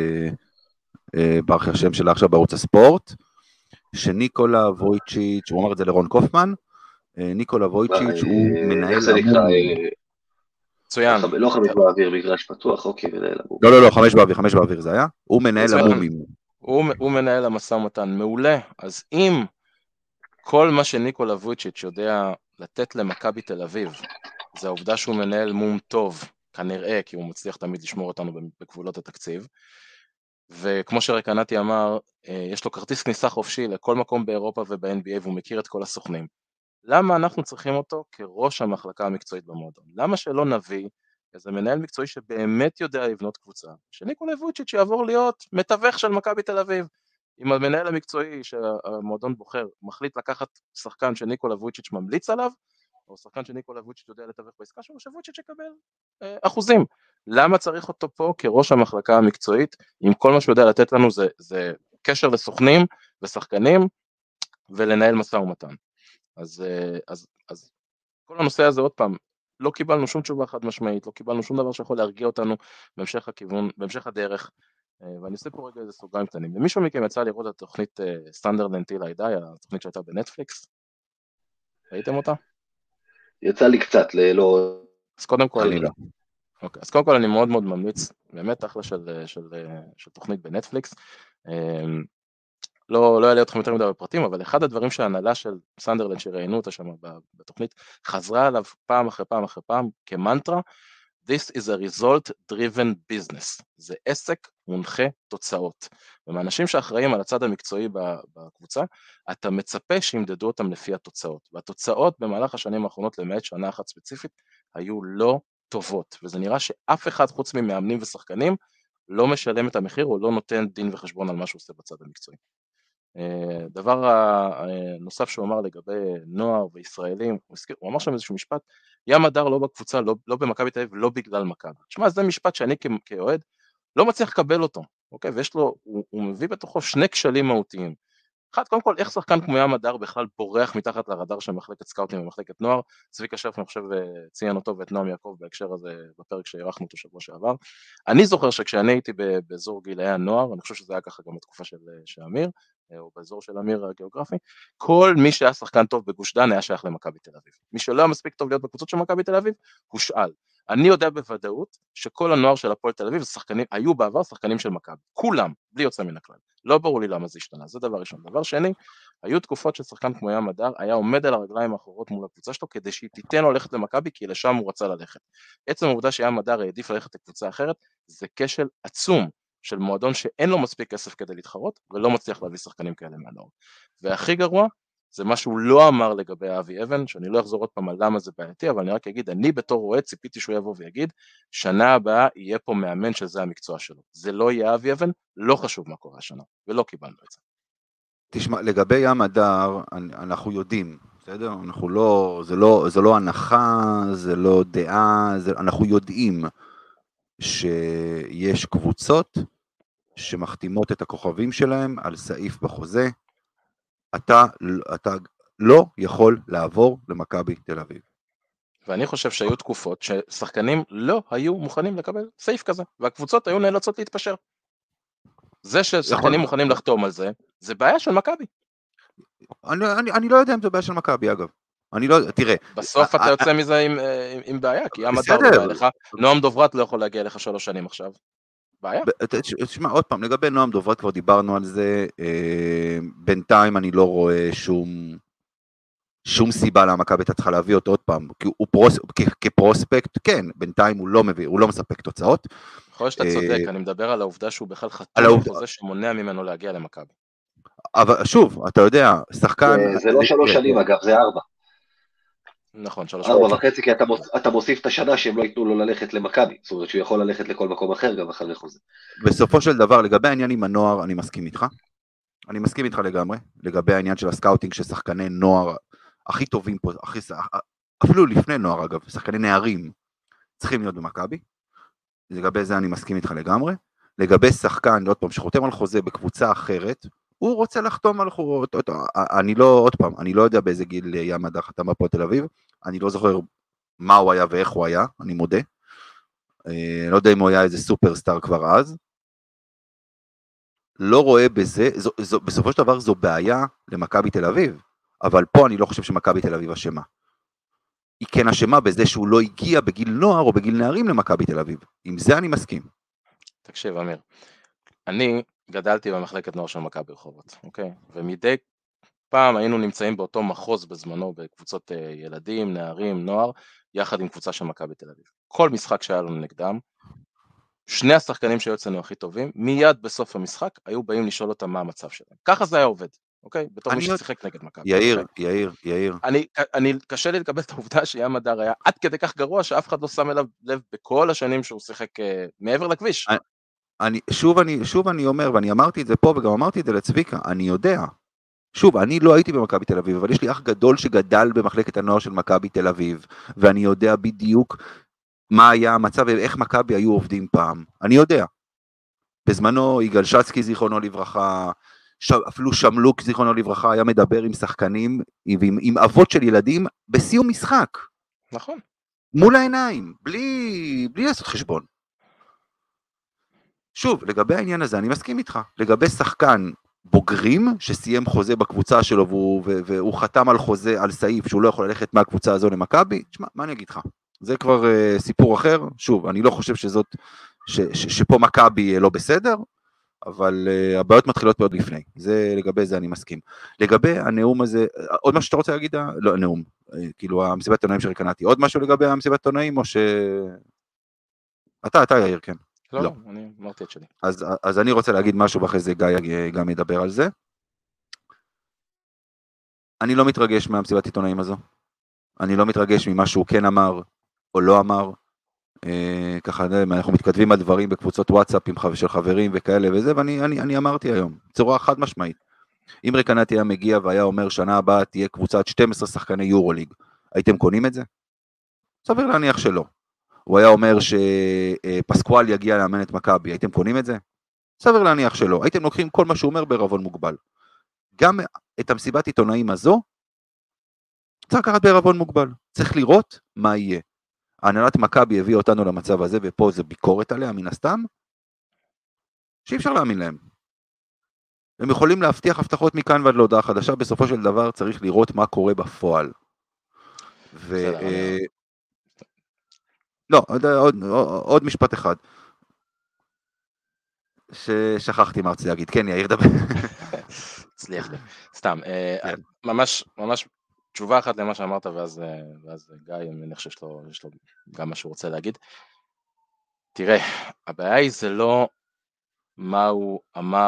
ברח השם שלה עכשיו בערוץ הספורט, שניקולה וויצ'יץ', הוא אמר את זה לרון קופמן, ניקולה וויצ'יץ' הוא מנהל מצוין. לא 5 באוויר, מגרש פתוח, אוקיי, מנהל המומים. לא, 5 באוויר זה היה. הוא מנהל המומים. הוא מנהל המשא ומתן, מעולה. אז אם כל מה שניקולה וויצ'יץ' יודע לתת למכבי תל אביב, זה העובדה שהוא מנהל מום טוב, כנראה, כי הוא מצליח תמיד לשמור אותנו בגבולות התקציב, וכמו שרקנתי אמר, יש לו כרטיס כניסה חופשי לכל מקום באירופה וב-NBA, והוא מכיר את כל הסוכנים. למה אנחנו צריכים אותו כראש המחלקה המקצועית במועדון? למה שלא נביא איזה מנהל מקצועי שבאמת יודע לבנות קבוצה, שניקולה וויצ'יץ' יעבור להיות מתווך של מכבי תל אביב? אם המנהל המקצועי שהמועדון בוחר מחליט לקחת שחקן שניקולה וויצ'יץ' ממליץ עליו, או שחקן שניקולה וויצ'יץ' יודע לתווך בעסקה שלו, שוויצ'יץ' יקבל אחוזים. למה צריך אותו פה כראש המחלקה המקצועית, אם כל מה שהוא יודע לתת לנו זה קשר לסוכנים ושחקנים, ולנהל משא ומתן? אז כל הנושא הזה עוד פעם, לא קיבלנו שום תשובה חד משמעית, לא קיבלנו שום דבר שיכול להרגיע אותנו בהמשך הכיוון, בהמשך הדרך, ואני עושה פה רגע איזה סוגריים קטנים. למישהו מכם יצא לראות את התוכנית סטנדרלנד טיל איי-דיי, התוכנית שהייתה בנטפליקס? ראיתם אותה? יצא לי קצת, לא... אז קודם כל, אוקיי, אז קודם כל אני מאוד מאוד ממליץ, באמת אחלה של תוכנית בנטפליקס, לא אעלה אתכם יותר מדי בפרטים, אבל אחד הדברים שההנהלה של סנדרלנד שראיינו אותה שם בתוכנית, חזרה עליו פעם אחרי פעם אחרי פעם כמנטרה, This is a result driven business, זה עסק מונחה תוצאות, ומאנשים שאחראים על הצד המקצועי בקבוצה, אתה מצפה שימדדו אותם לפי התוצאות, והתוצאות במהלך השנים האחרונות, למעט שנה אחת ספציפית, היו לא טובות, וזה נראה שאף אחד חוץ ממאמנים ושחקנים, לא משלם את המחיר, או לא נותן דין וחשבון על מה שהוא עושה בצד המקצועי. דבר נוסף שהוא אמר לגבי נוער וישראלים, הוא אמר שם איזשהו משפט, ים הדר לא בקבוצה, לא במכבי תל אביב, לא בגלל מכבי. תשמע, זה משפט שאני כאוהד לא מצליח לקבל אותו, אוקיי? ויש לו, הוא מביא בתוכו 2 כשלים מהותיים. אחד, קודם כל, איך שחקן כמו ים הדר בכלל בורח מתחת לרדאר של מחלקת סקאוטים ומחלקת נוער? צביקה שרף, אני חושב, ציין אותו ואת נועם יעקב בהקשר הזה בפרק שהערכנו אותו שבוע שעבר. אני זוכר שכשאני הייתי באזור גילאי הנוער, אני חושב שזה היה ככה גם בתקופה של אמיר, או באזור של אמיר הגיאוגרפי, כל מי שהיה שחקן טוב בגוש דן היה שייך למכבי תל אביב. מי שלא היה מספיק טוב להיות בקבוצות של מכבי תל אביב, הוא שאל. אני יודע בוודאות שכל הנוער של הפועל תל אביב היו בעבר שחקנים של מכבי, כולם, בלי יוצא מן הכלל. לא ברור לי למה זה השתנה, זה דבר ראשון. דבר שני, היו תקופות ששחקן כמו ים הדר היה עומד על הרגליים האחוריות מול הקבוצה שלו, כדי שהיא תיתן לו ללכת למכבי, כי לשם הוא רצה ללכת. עצם העובדה שים הדר העדיף ללכת לקבוצה אחרת, זה כשל עצום של מועדון שאין לו מספיק כסף כדי להתחרות, ולא מצליח להביא שחקנים כאלה מהנוער. והכי גרוע, זה מה שהוא לא אמר לגבי אבי אבן, שאני לא אחזור עוד פעם על למה זה בעייתי, אבל אני רק אגיד, אני בתור רואה ציפיתי שהוא יבוא ויגיד, שנה הבאה יהיה פה מאמן שזה המקצוע שלו. זה לא יהיה אבי אבן, לא חשוב מה קורה השנה, ולא קיבלנו את זה. תשמע, לגבי ים הדר, אנחנו יודעים, בסדר? זה לא הנחה, זה לא דעה, אנחנו יודעים שיש קבוצות שמחתימות את הכוכבים שלהם על סעיף בחוזה, אתה לא יכול לעבור למכבי תל אביב. ואני חושב שהיו תקופות ששחקנים לא היו מוכנים לקבל סעיף כזה, והקבוצות היו נאלצות להתפשר. זה ששחקנים מוכנים לחתום על זה, זה בעיה של מכבי. אני לא יודע אם זה בעיה של מכבי, אגב. אני לא, תראה. בסוף אתה יוצא מזה עם בעיה, כי ים הדר לא בא לך, נועם דוברת לא יכול להגיע לך 3 שנים עכשיו. בעיה. תשמע, עוד פעם, לגבי נועם דוברת כבר דיברנו על זה, בינתיים אני לא רואה שום סיבה למה מכבי צריכה להביא אותו עוד פעם, כי הוא כפרוספקט, כן, בינתיים הוא לא מספק תוצאות. יכול להיות שאתה צודק, אני מדבר על העובדה שהוא בכלל חתום על חוזה שמונע ממנו להגיע למכבי. אבל שוב, אתה יודע, שחקן... זה לא 3 שנים אגב, זה 4. נכון, 3 שנים. 4.5, כי אתה מוסיף את השנה שהם לא ייתנו לו ללכת למכבי, זאת אומרת שהוא יכול ללכת לכל מקום אחר גם אחרי חוזה. בסופו של דבר, לגבי העניין עם הנוער, אני מסכים איתך. אני מסכים איתך לגמרי, לגבי העניין של הסקאוטינג, ששחקני נוער הכי טובים פה, אפילו לפני נוער אגב, שחקני נערים, צריכים להיות במכבי. לגבי זה אני מסכים איתך לגמרי. לגבי שחקן, עוד פעם, שחותם על חוזה בקבוצה אחרת, הוא רוצה לחתום על חוזה, אני לא יודע באיזה גיל ים הדר חתם פה תל אביב, אני לא זוכר מה הוא היה ואיך הוא היה, אני מודה. לא יודע אם הוא היה איזה סופרסטאר כבר אז. לא רואה בזה, בסופו של דבר זו בעיה למכבי תל אביב, אבל פה אני לא חושב שמכבי תל אביב אשמה. היא כן אשמה בזה שהוא לא הגיע בגיל נוער או בגיל נערים למכבי תל אביב. עם זה אני מסכים. תקשיב, אמיר, אני גדלתי במחלקת נוער של מכבי רחובות, אוקיי? ומדי פעם היינו נמצאים באותו מחוז בזמנו, בקבוצות ילדים, נערים, נוער, יחד עם קבוצה של מכבי תל אביב. כל משחק שהיה לנו נגדם, 2 השחקנים שהיו אצלנו הכי טובים, מיד בסוף המשחק היו באים לשאול אותם מה המצב שלהם. ככה זה היה עובד, אוקיי? בתור מי ששיחק נגד מכבי. יאיר. אני קשה לי לקבל את העובדה שים הדר היה עד כדי כך גרוע שאף אחד לא שם אליו לב בכל השנים שהוא שיחק מעבר לכביש. שוב אני אומר, ואני אמרתי את זה פה וגם אמרתי את זה לצביקה, אני יודע. שוב, אני לא הייתי במכבי תל אביב, אבל יש לי אח גדול שגדל במחלקת הנוער של מכבי תל אביב, ואני יודע בדיוק מה היה המצב ואיך מכבי היו עובדים פעם. אני יודע. בזמנו יגאל שצקי זיכרונו לברכה, אפילו שמלוק זיכרונו לברכה היה מדבר עם שחקנים, עם אבות של ילדים, בסיום משחק. נכון. מול העיניים, בלי לעשות חשבון. שוב, לגבי העניין הזה אני מסכים איתך. לגבי שחקן בוגרים שסיים חוזה בקבוצה שלו והוא חתם על חוזה, על סעיף שהוא לא יכול ללכת מהקבוצה הזו למכבי, תשמע, מה אני אגיד לך? זה כבר סיפור אחר. שוב, אני לא חושב שפה מכבי לא בסדר, אבל הבעיות מתחילות מאוד לפני. לגבי זה אני מסכים. לגבי הנאום הזה, עוד משהו שאתה רוצה להגיד? לא, הנאום. כאילו, המסיבת עונאים שרקנתי. עוד משהו לגבי המסיבת עונאים, או ש... אתה יאיר, כן. לא, אני אמרתי את שלי. אז אני רוצה להגיד משהו, ואחרי זה גיא גם ידבר על זה. אני לא מתרגש מהמסיבת עיתונאים הזו. אני לא מתרגש ממה שהוא כן אמר, או לא אמר. ככה, אנחנו מתכתבים על דברים בקבוצות וואטסאפ של חברים וכאלה וזה, ואני אמרתי היום, צורה חד משמעית. אם רקנתי היה מגיע והיה אומר שנה הבאה תהיה קבוצת 12 שחקני יורוליג, הייתם קונים את זה? סביר להניח שלא. הוא היה אומר שפסקואל יגיע לאמן את מכבי, הייתם קונים את זה? סביר להניח שלא. הייתם לוקחים כל מה שהוא אומר בערבון מוגבל. גם את המסיבת עיתונאים הזו, צריך לקחת בערבון מוגבל. צריך לראות מה יהיה. הנהלת מכבי הביא אותנו למצב הזה, ופה זה ביקורת עליה מן הסתם, שאי אפשר להאמין להם. הם יכולים להבטיח הבטחות מכאן ועד להודעה חדשה, בסופו של דבר צריך לראות מה קורה בפועל. לא, עוד משפט אחד, ששכחתי מה רציתי להגיד. כן, יאיר, דבר. הצליח לי. סתם, ממש תשובה אחת למה שאמרת, ואז גיא, אני חושב שיש לו גם מה שהוא רוצה להגיד. תראה, הבעיה היא זה לא מה הוא אמר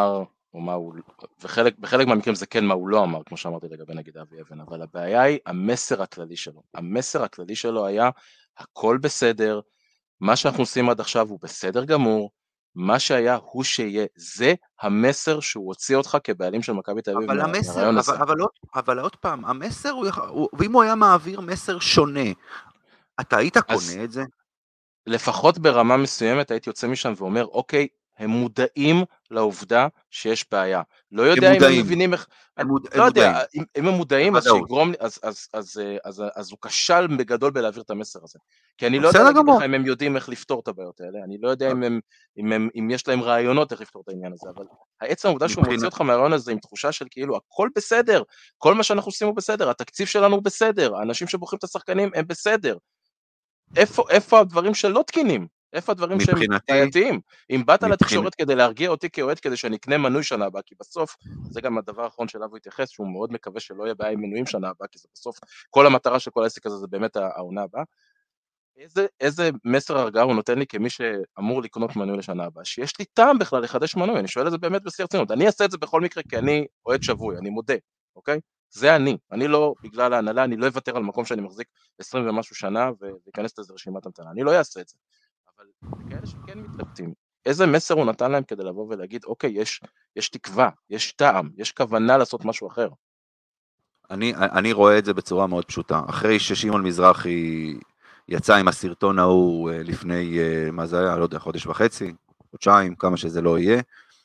או מה הוא, בחלק מהמקרים זה כן מה הוא לא אמר, כמו שאמרתי לגבי נגיד אבי אבן, אבל הבעיה היא המסר הכללי שלו. המסר הכללי שלו היה, הכל בסדר, מה שאנחנו עושים עד עכשיו הוא בסדר גמור, מה שהיה הוא שיהיה, זה המסר שהוא הוציא אותך כבעלים של מכבי תל אביב מהרעיון הזה. אבל עוד פעם, המסר, ואם הוא היה מעביר מסר שונה, אתה היית קונה את זה? לפחות ברמה מסוימת הייתי יוצא משם ואומר, אוקיי, הם מודעים לעובדה שיש בעיה. לא יודע אם הם מבינים איך, לא יודע, אם הם מודעים, אז שיגרום, אז הוא כשל בגדול בלהעביר את המסר הזה. כי אני לא יודע להגיד לך אם הם יודעים איך לפתור את הבעיות האלה, אני לא יודע אם יש להם רעיונות איך לפתור את העניין הזה, אבל העצם העובדה שהוא מוציא אותך מהרעיון הזה עם תחושה של כאילו, הכל בסדר, כל מה שאנחנו עושים הוא בסדר, התקציב שלנו הוא בסדר, האנשים שבוחרים את השחקנים הם בסדר. איפה הדברים שלא תקינים? איפה הדברים שהם בעייתיים? אם באת לתקשורת כדי להרגיע אותי כאוהד, כדי שאני אקנה מנוי שנה הבאה, כי בסוף, זה גם הדבר האחרון שאליו הוא התייחס, שהוא מאוד מקווה שלא יהיה בעיה עם מנויים שנה הבאה, כי זה בסוף, כל המטרה של כל העסק הזה, זה באמת העונה הבאה. איזה מסר הרגעה הוא נותן לי כמי שאמור לקנות מנוי לשנה הבאה, שיש לי טעם בכלל לחדש מנוי, אני שואל את זה באמת בשיא הרצינות, אני אעשה את זה בכל מקרה, כי אני אוהד שבוי, אני מודה, אוקיי? זה אני לא, בגלל ההנהלה, אני לא אוותר על מקום שאני מחזיק 20 ומשהו שנה, וכנס לזה רשימת המתנה, אני לא אעשה את זה. אבל כאלה שכן מתלבטים, איזה מסר הוא נתן להם כדי לבוא ולהגיד, אוקיי, יש תקווה, יש טעם, יש כוונה לעשות משהו אחר. אני רואה את זה בצורה מאוד פשוטה. אחרי ששמעון מזרחי יצא עם הסרטון ההוא לפני, מה זה היה, לא יודע, חודש וחצי, חודשיים, כמה שזה לא יהיה,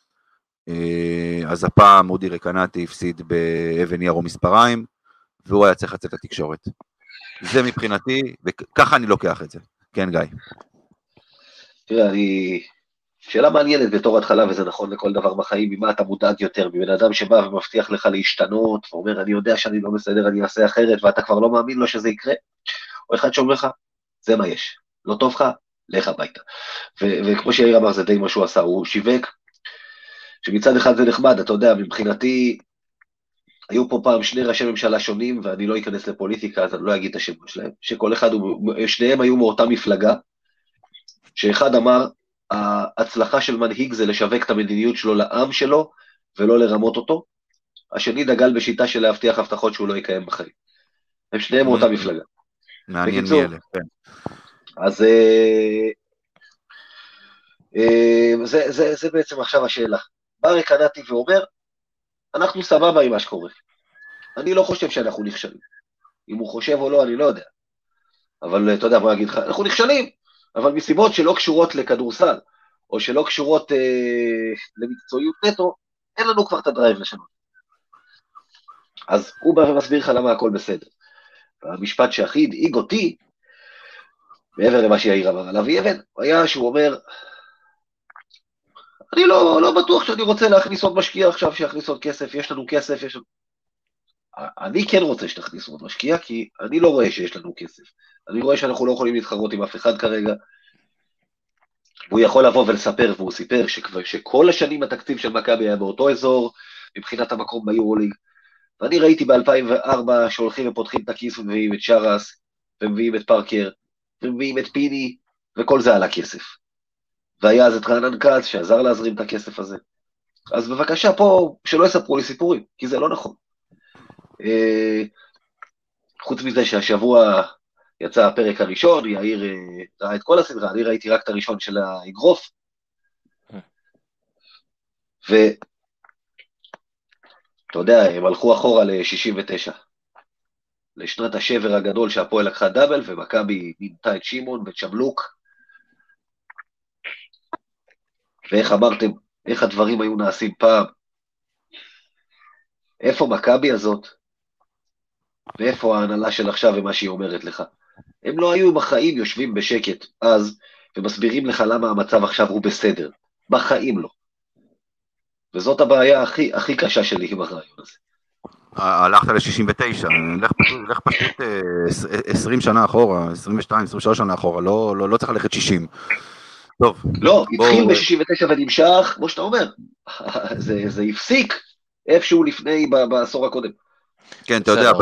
אז הפעם אודי רקנטי הפסיד באבן ירו מספריים, והוא היה צריך לצאת לתקשורת. זה מבחינתי, וככה אני לוקח את זה. כן, גיא. תראה, שאלה מעניינת בתור התחלה, וזה נכון לכל דבר בחיים, ממה אתה מודאג יותר, מבן אדם שבא ומבטיח לך להשתנות, ואומר, אני יודע שאני לא בסדר, אני אעשה אחרת, ואתה כבר לא מאמין לו שזה יקרה, או אחד שאומר לך, זה מה יש, לא טוב לך, לך הביתה. וכמו שיאיר אמר, זה די מה שהוא עשה, הוא שיווק, שמצד אחד זה נחמד, אתה יודע, מבחינתי, היו פה פעם שני ראשי ממשלה שונים, ואני לא אכנס לפוליטיקה, אז אני לא אגיד את השם שלהם, שכל אחד, שניהם היו מאותה מפלגה, שאחד אמר, ההצלחה של מנהיג זה לשווק את המדיניות שלו לעם שלו, ולא לרמות אותו, השני דגל בשיטה של להבטיח הבטחות שהוא לא יקיים בחיים. הם שניהם מאותה מפלגה. מעניין מי אלה, כן. אז זה בעצם עכשיו השאלה. בא רקנטי ואומר, אנחנו סבבה עם מה שקורה. אני לא חושב שאנחנו נכשלים. אם הוא חושב או לא, אני לא יודע. אבל אתה יודע, בוא נגיד לך, אנחנו נכשלים, אבל מסיבות שלא קשורות לכדורסל, או שלא קשורות למקצועיות נטו, אין לנו כבר את הדרייב לשנות. אז הוא בא ומסביר לך למה הכל בסדר. המשפט שהכי הדאיג אותי, מעבר למה שיאיר אמר על אבי אבן, היה שהוא אומר, אני לא בטוח שאני רוצה להכניס עוד משקיע עכשיו, שיכניס עוד כסף, יש לנו כסף, אני כן רוצה שתכניס עוד משקיע, כי אני לא רואה שיש לנו כסף. אני רואה שאנחנו לא יכולים להתחרות עם אף אחד כרגע, והוא יכול לבוא ולספר, והוא סיפר שכל השנים התקציב של מכבי היה באותו אזור, מבחינת המקום ביורוליג, ואני ראיתי ב-2004 שהולכים ופותחים את הכיס ומביאים את שרס, ומביאים את פארקר, ומביאים את פיני, וכל זה עלה כסף. והיה אז את רענן כץ שעזר להזרים את הכסף הזה. אז בבקשה פה, שלא יספרו לי סיפורים, כי זה לא נכון. חוץ מזה שהשבוע יצא הפרק הראשון, יאיר ראה את כל הסדרה, אני ראיתי רק את הראשון של האגרוף, ואתה יודע, הם הלכו אחורה ל-69, לשנת השבר הגדול שהפועל לקחה דאבל, ומכבי נמתה את שימון ואת שמלוק, ואיך אמרתם, איך הדברים היו נעשים פעם, איפה מכבי הזאת, ואיפה ההנהלה של עכשיו ומה שהיא אומרת לך. הם לא היו בחיים יושבים בשקט אז, ומסבירים לך למה המצב עכשיו הוא בסדר. בחיים לא. וזאת הבעיה הכי קשה שלי עם הרעיון הזה. הלכת ל-69, לך פשוט 20 שנה אחורה, 22, 23 שנה אחורה, לא צריך ללכת 60. טוב. לא, התחיל ב-69 ונמשך, כמו שאתה אומר, זה הפסיק איפשהו לפני, בעשור הקודם. כן, אתה יודע,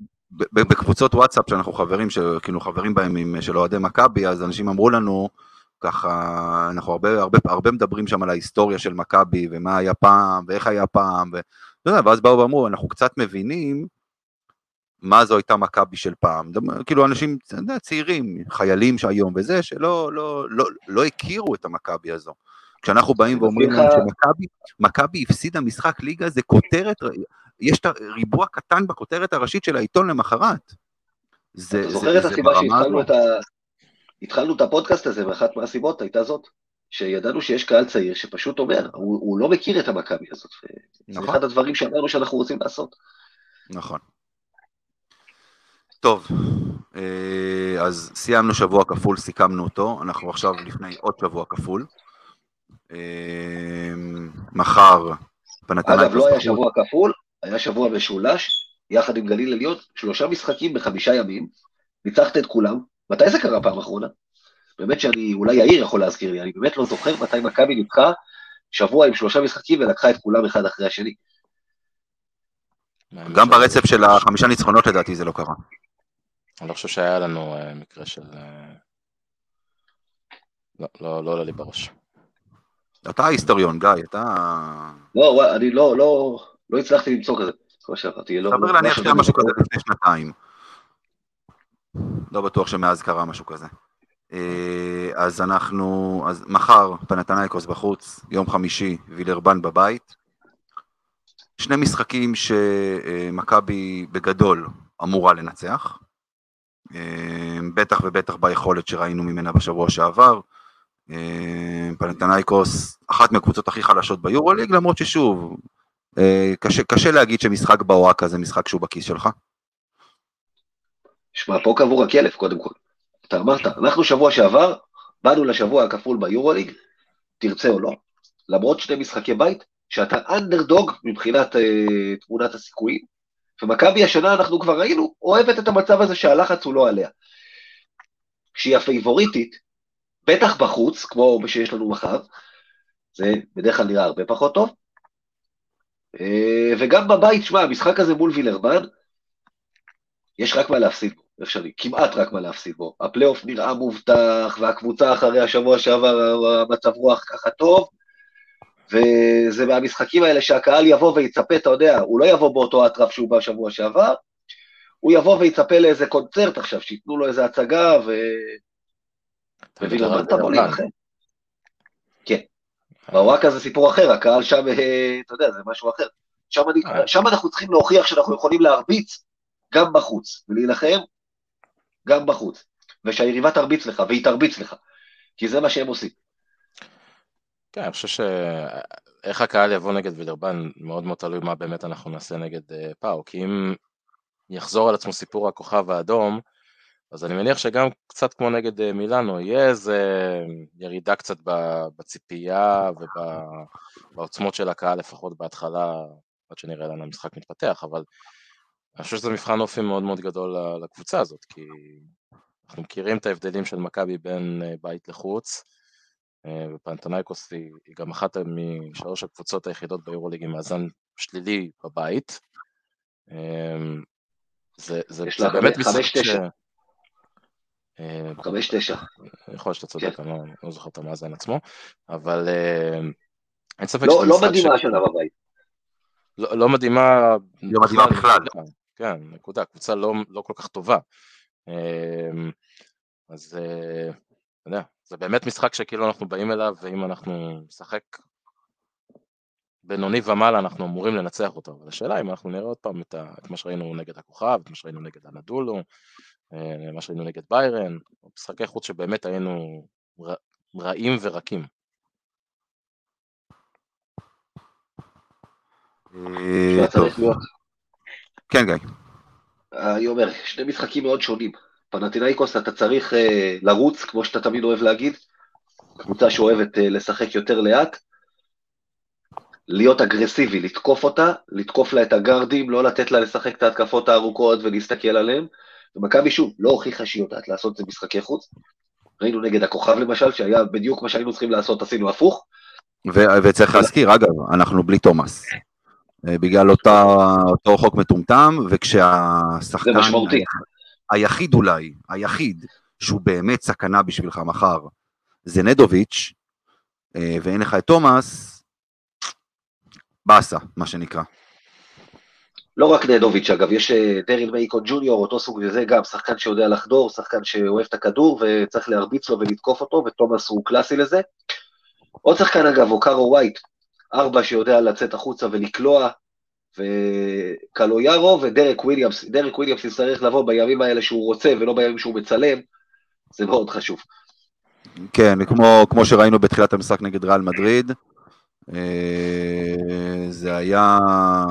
בקבוצות וואטסאפ שאנחנו חברים, כאילו חברים בהם של אוהדי מכבי, אז אנשים אמרו לנו, ככה, אנחנו הרבה מדברים שם על ההיסטוריה של מכבי, ומה היה פעם, ואיך היה פעם, ואז באו ואמרו, אנחנו קצת מבינים, מה זו הייתה מכבי של פעם, כאילו אנשים צעירים, חיילים שהיום וזה, לא הכירו את המכבי הזו. כשאנחנו באים ואומרים להם שמכבי הפסידה משחק ליגה, זה כותרת, יש את הריבוע קטן בכותרת הראשית של העיתון למחרת. אתה זוכר את הסיבה שהתחלנו את הפודקאסט הזה, ואחת מהסיבות הייתה זאת, שידענו שיש קהל צעיר שפשוט אומר, הוא לא מכיר את המכבי הזאת, זה אחד הדברים שאמרנו שאנחנו רוצים לעשות. נכון. טוב, אז סיימנו שבוע כפול, סיכמנו אותו, אנחנו עכשיו לפני עוד שבוע כפול. מחר, אגב, לא היה שבוע כפול, היה שבוע משולש, יחד עם גליל עליון, 3 משחקים ב5 ימים, ניצחת את כולם. מתי זה קרה פעם אחרונה? באמת שאני, אולי יאיר יכול להזכיר לי, אני באמת לא זוכר מתי מכבי ניצחה שבוע עם 3 משחקים ולקחה את כולם אחד אחרי השני. גם ברצף של 5 ניצחונות לדעתי זה לא קרה. אני לא חושב שהיה לנו מקרה של... לא עולה לי בראש. אתה היסטוריון, גיא, אתה... לא, אני לא הצלחתי למצוא כזה. סבר להניח שהיה משהו כזה לפני 2 לא בטוח שמאז קרה משהו כזה. אז מחר פנתנייקוס בחוץ, יום חמישי וילרבן בבית. 2 משחקים שמכבי בגדול אמורה לנצח. בטח ובטח ביכולת שראינו ממנה בשבוע שעבר. פנתנייקוס, אחת מהקבוצות הכי חלשות ביורוליג, למרות ששוב, קשה להגיד שמשחק באוהקה זה משחק שהוא בכיס שלך. שמע, פה קבור הכלב קודם כל. אתה אמרת, אנחנו שבוע שעבר, באנו לשבוע הכפול ביורוליג, תרצה או לא, למרות 2 משחקי בית, שאתה אנדרדוג מבחינת תמונת הסיכויים, ומכבי השנה אנחנו כבר ראינו, אוהבת את המצב הזה שהלחץ הוא לא עליה. כשהיא הפייבוריטית, בטח בחוץ, כמו שיש לנו מחר, זה בדרך כלל נראה הרבה פחות טוב, וגם בבית, שמע, המשחק הזה מול וילרבן, יש רק מה להפסיד בו, כמעט רק מה להפסיד בו. הפלייאוף נראה מובטח, והקבוצה אחרי השבוע שעבר, המצב רוח ככה טוב, וזה מהמשחקים האלה שהקהל יבוא ויצפה, אתה יודע, הוא לא יבוא באותו אטרף שהוא בשבוע שעבר, הוא יבוא ויצפה לאיזה קונצרט עכשיו, שיתנו לו איזה הצגה, ווילרבן תבוא להילחם. כן. באוהקה זה סיפור אחר, הקהל שם, אתה יודע, זה משהו אחר. שם אנחנו צריכים להוכיח שאנחנו יכולים להרביץ גם בחוץ, ולהילחם גם בחוץ, ושהיריבה תרביץ לך, והיא תרביץ לך, כי זה מה שהם עושים. כן, אני חושב שאיך הקהל יבוא נגד וילרבן, מאוד מאוד תלוי מה באמת אנחנו נעשה נגד פאו, כי אם יחזור על עצמו סיפור הכוכב האדום, אז אני מניח שגם קצת כמו נגד מילאנו, יהיה איזה ירידה קצת בציפייה ובעוצמות של הקהל, לפחות בהתחלה, עד שנראה לנו המשחק מתפתח, אבל אני חושב שזה מבחן אופי מאוד מאוד גדול לקבוצה הזאת, כי אנחנו מכירים את ההבדלים של מכבי בין בית לחוץ, ופנתנייקוס היא גם אחת מ3 הקבוצות היחידות ביורוליג עם מאזן שלילי בבית. זה באמת משחק 5-9. יכול שאתה צודק, אני לא זוכר את המאזן עצמו, אבל אין ספק לא מדהימה השנה בבית. לא מדהימה בכלל. כן, נקודה, קבוצה לא כל כך טובה. אז אתה יודע, זה באמת משחק שכאילו אנחנו באים אליו, ואם אנחנו נשחק בינוני ומעלה, אנחנו אמורים לנצח אותו. אבל השאלה אם אנחנו נראה עוד פעם את מה שראינו נגד הכוכב, את מה שראינו נגד הנדולו, מה שראינו נגד ביירן, משחקי חוץ שבאמת היינו רעים ורקים. כן, גיא. אני אומר, 2 משחקים מאוד שונים. פנתנייקוס אתה צריך לרוץ, כמו שאתה תמיד אוהב להגיד, קבוצה שאוהבת לשחק יותר לאט, להיות אגרסיבי, לתקוף אותה, לתקוף לה את הגארדים, לא לתת לה לשחק את ההתקפות הארוכות ולהסתכל עליהם, ומכבי שוב לא הוכיחה שהיא יודעת לעשות את זה משחקי חוץ, ראינו נגד הכוכב למשל, שהיה בדיוק מה שהיינו צריכים לעשות, עשינו הפוך. וצריך להזכיר, אגב, אנחנו בלי תומאס, בגלל אותו חוק מטומטם, וכשהשחקן היחיד אולי, היחיד שהוא באמת סכנה בשבילך מחר, זה נדוביץ', ואין לך את תומאס, באסה, מה שנקרא. לא רק נדוביץ', אגב, יש דריל מייקון ג'וניור, אותו סוג וזה גם שחקן שיודע לחדור, שחקן שאוהב את הכדור, וצריך להרביץ לו ולתקוף אותו, ותומאס הוא קלאסי לזה. עוד שחקן, אגב, אוקארו ווייט, 4 שיודע לצאת החוצה ולקלוע, וקלויארו ודרק וויליאמס. דרק וויליאמס יצטרך לבוא בימים האלה שהוא רוצה, ולא בימים שהוא מצלם, זה מאוד חשוב. כן, כמו שראינו בתחילת המשחק נגד ריאל מדריד, זה היה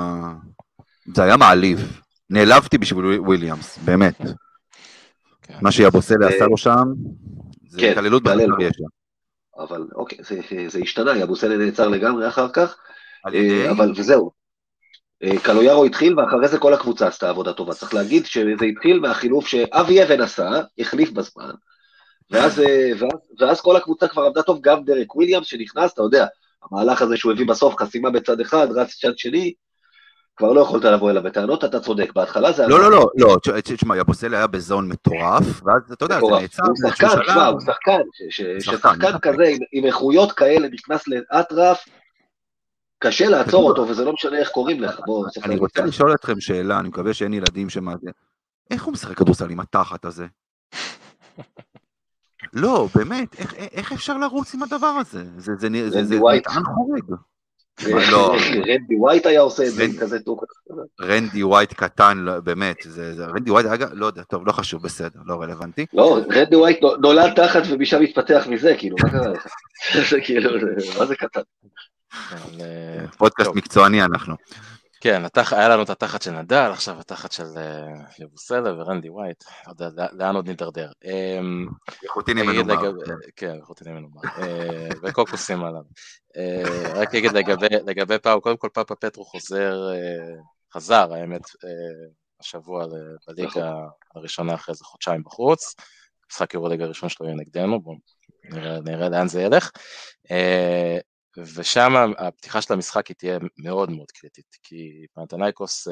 מעליב. נעלבתי בשביל וויליאמס, באמת. מה שיאבוסלה עשה לו שם, זה התעללות בחסר ישע. אבל אוקיי, זה השתנה, יאבוסלה נעצר לגמרי אחר כך, אבל וזהו. קלויארו התחיל, ואחרי זה כל הקבוצה עשתה עבודה טובה. צריך להגיד שזה התחיל מהחילוף שאבי אבן עשה, החליף בזמן, ואז כל הקבוצה כבר עבדה טוב, גם דרק וויליאמס שנכנס, אתה יודע, המהלך הזה שהוא הביא בסוף חסימה בצד אחד, רץ צד שני, כבר לא יכולת לבוא אליו בטענות, אתה צודק, בהתחלה זה... לא, תשמע, יאבוסלה היה בזון מטורף, ואז אתה יודע, זה נעצר, הוא שחקן, ששחקן כזה, עם איכויות כאלה, נכנס לאטרף, קשה לעצור אותו, וזה לא משנה איך קוראים לך. אני רוצה לשאול אתכם שאלה, אני מקווה שאין ילדים שמעדיין, איך הוא משחק כדורסל עם התחת הזה? לא, באמת, איך אפשר לרוץ עם הדבר הזה? זה מטען חורג. רנדי ווייט היה עושה את זה כזה טוב. רנדי ווייט קטן, באמת, רנדי ווייט היה, לא יודע, טוב, לא חשוב, בסדר, לא רלוונטי. לא, רנדי ווייט נולד תחת ומשם מתפתח מזה, כאילו, מה קרה לך? זה כאילו, מה זה קטן? פודקאסט מקצועני אנחנו. כן, היה לנו את התחת של נדל, עכשיו התחת של יבוסלה ורנדי ווייט, לאן עוד נדרדר. איכותיני מנומר. כן, איכותיני מנומר. וקוקוסים עליו. רק אגיד לגבי פאו, קודם כל פאפה פטרו חזר, האמת, השבוע בליגה הראשונה אחרי זה חודשיים בחוץ, משחק יורוליגה הראשון שלו יהיה נגדנו, בואו נראה לאן זה ילך. ושם הפתיחה של המשחק היא תהיה מאוד מאוד קריטית, כי פנתנייקוס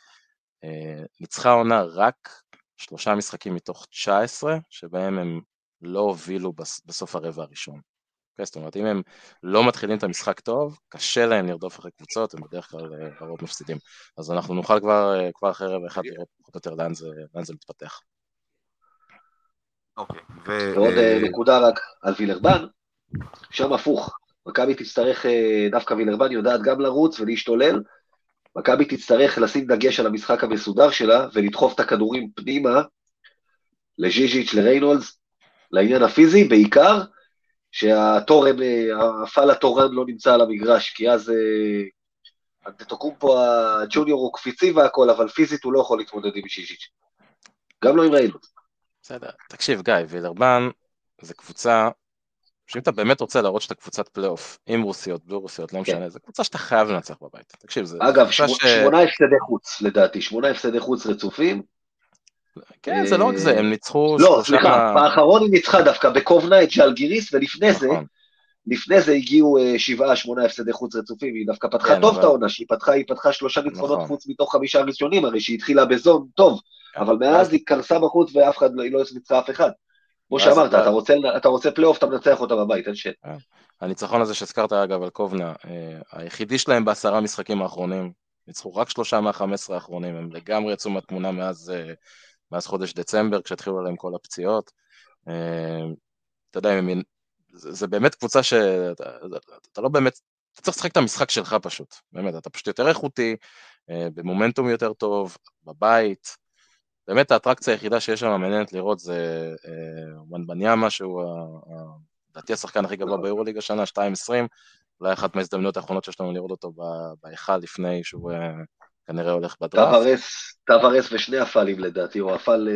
ניצחה עונה רק 3 משחקים מתוך 19, שבהם הם לא הובילו בסוף הרבע הראשון. זאת אומרת, אם הם לא מתחילים את המשחק טוב, קשה להם לרדוף אחרי קבוצות, הם בדרך כלל הרוב מפסידים. אז אנחנו נוכל כבר אחרי רבע אחד לראות פחות יותר לאן זה מתפתח. אוקיי. ועוד נקודה רק על וילרבן, שם הפוך. מכבי תצטרך, דווקא וילרבן יודעת גם לרוץ ולהשתולל, מכבי תצטרך לשים דגש על המשחק המסודר שלה, ולדחוף את הכדורים פנימה, לז'יז'יץ' לריינולדס, לעניין הפיזי, בעיקר, שהתורן, הפעל התורן לא נמצא על המגרש, כי אז אנטטוקומפו הג'וניור הוא קפיצי והכל, אבל פיזית הוא לא יכול להתמודד עם ז'יז'יץ'. גם לא עם ריינולדס. בסדר, תקשיב גיא, וילרבן זה קבוצה, שאם אתה באמת רוצה להראות שאתה קבוצת פלייאוף, עם רוסיות, בלי רוסיות, לא משנה, זה קבוצה שאתה חייב לנצח בבית. תקשיב, זה... אגב, 8 הפסדי חוץ, לדעתי, 8 הפסדי חוץ רצופים. כן, זה לא רק זה, הם ניצחו... לא, סליחה, באחרון היא ניצחה דווקא, בקובנה את ז'אלגיריס, ולפני זה הגיעו 7-8 הפסדי חוץ רצופים, היא דווקא פתחה טוב את העונה, שהיא פתחה 3 ניצחונות חוץ מתוך 5 הראשונים, הרי שהיא התחילה בזון טוב, אבל מאז היא קרסה בחוץ ואף אחד לא ניצחה אף אחד. כמו שאמרת, אתה רוצה פלייאוף, אתה מנצח אותה בבית, אין שאלה. הניצחון הזה שהזכרת אגב על קובנה, היחידי שלהם ב10 משחקים האחרונים, ניצחו רק 3 מה-15 האחרונים, הם לגמרי יצאו מהתמונה מאז חודש דצמבר, כשהתחילו עליהם כל הפציעות. אתה יודע, זה באמת קבוצה שאתה לא באמת, אתה צריך לשחק את המשחק שלך פשוט, באמת, אתה פשוט יותר איכותי, במומנטום יותר טוב, בבית, באמת האטרקציה היחידה שיש שם מעניינת לראות זה וונבניאמה, שהוא לדעתי השחקן הכי גבוה ביורוליג השנה, 2.20, אולי אחת מההזדמנויות האחרונות שיש לנו לראות אותו בהיכל לפני שהוא כנראה הולך בדראפט. טווארס ושני הפלים לדעתי, או הפל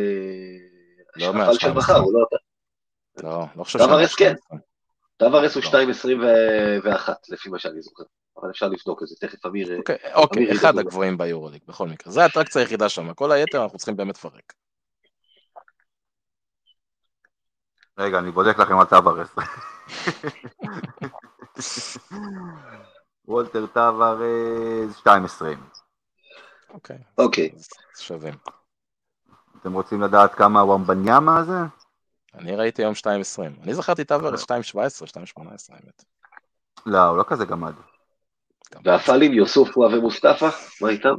של מחר, הוא לא אותה. לא חושב טווארס כן, טווארס הוא 2.21 לפי מה שאני זוכר. אבל אפשר לבדוק את זה, תכף אמיר... אוקיי, אחד הגבוהים ביורוליג, בכל מקרה. זה האטרקציה היחידה שם, כל היתר אנחנו צריכים באמת לפרק. רגע, אני בודק לכם על טווארס. וולטר טווארס, 2.20. אוקיי. שווים. אתם רוצים לדעת כמה וומבניאמה זה? אני ראיתי היום 2.20. אני זכרתי טוורס 2.17, 2.18, האמת. לא, הוא לא כזה גמד. והפעלים יוסופה ומוסטפה, מה איתם?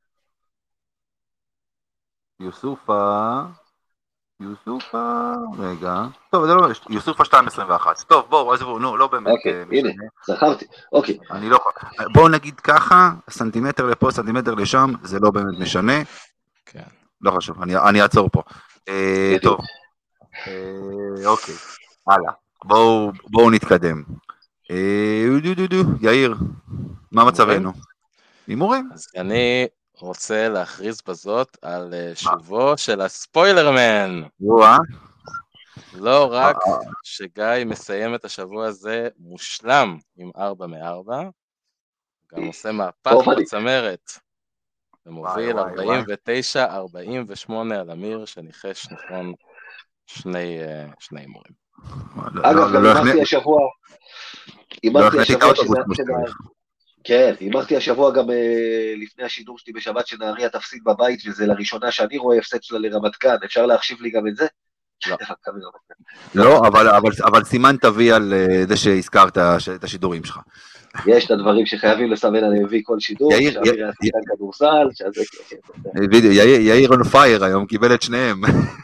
יוסופה, רגע. טוב, זה לא, יוסופה 2.21. טוב, בואו, עזבו, נו, לא באמת אוקיי, הנה, זכרתי, אוקיי. אני לא, בואו נגיד ככה, סנטימטר לפה, סנטימטר לשם, זה לא באמת משנה. כן. לא חשוב, אני אעצור פה. טוב. אוקיי, הלאה. בואו נתקדם. יאיר, מה מצבנו? הימורים? אז אני רוצה להכריז בזאת על שובו של הספוילרמן. לא רק שגיא מסיים את השבוע הזה מושלם עם 4 מ-4, גם עושה מהפך בצמרת. ומוביל 49-48 על אמיר, שניחש נכון שני הימורים. אגב, גם אמרתי השבוע, כן, אמרתי השבוע גם לפני השידור שלי בשבת שנהריה תפסיד בבית, וזה לראשונה שאני רואה הפסד שלה לרמת גן, אפשר להחשיב לי גם את זה? לא, אבל סימן תביא על זה שהזכרת את השידורים שלך. יש את הדברים שחייבים לסמן על AV כל שידור, שאמיר היה שחקן כדורסל, יאיר on fire היום, קיבל את שניהם.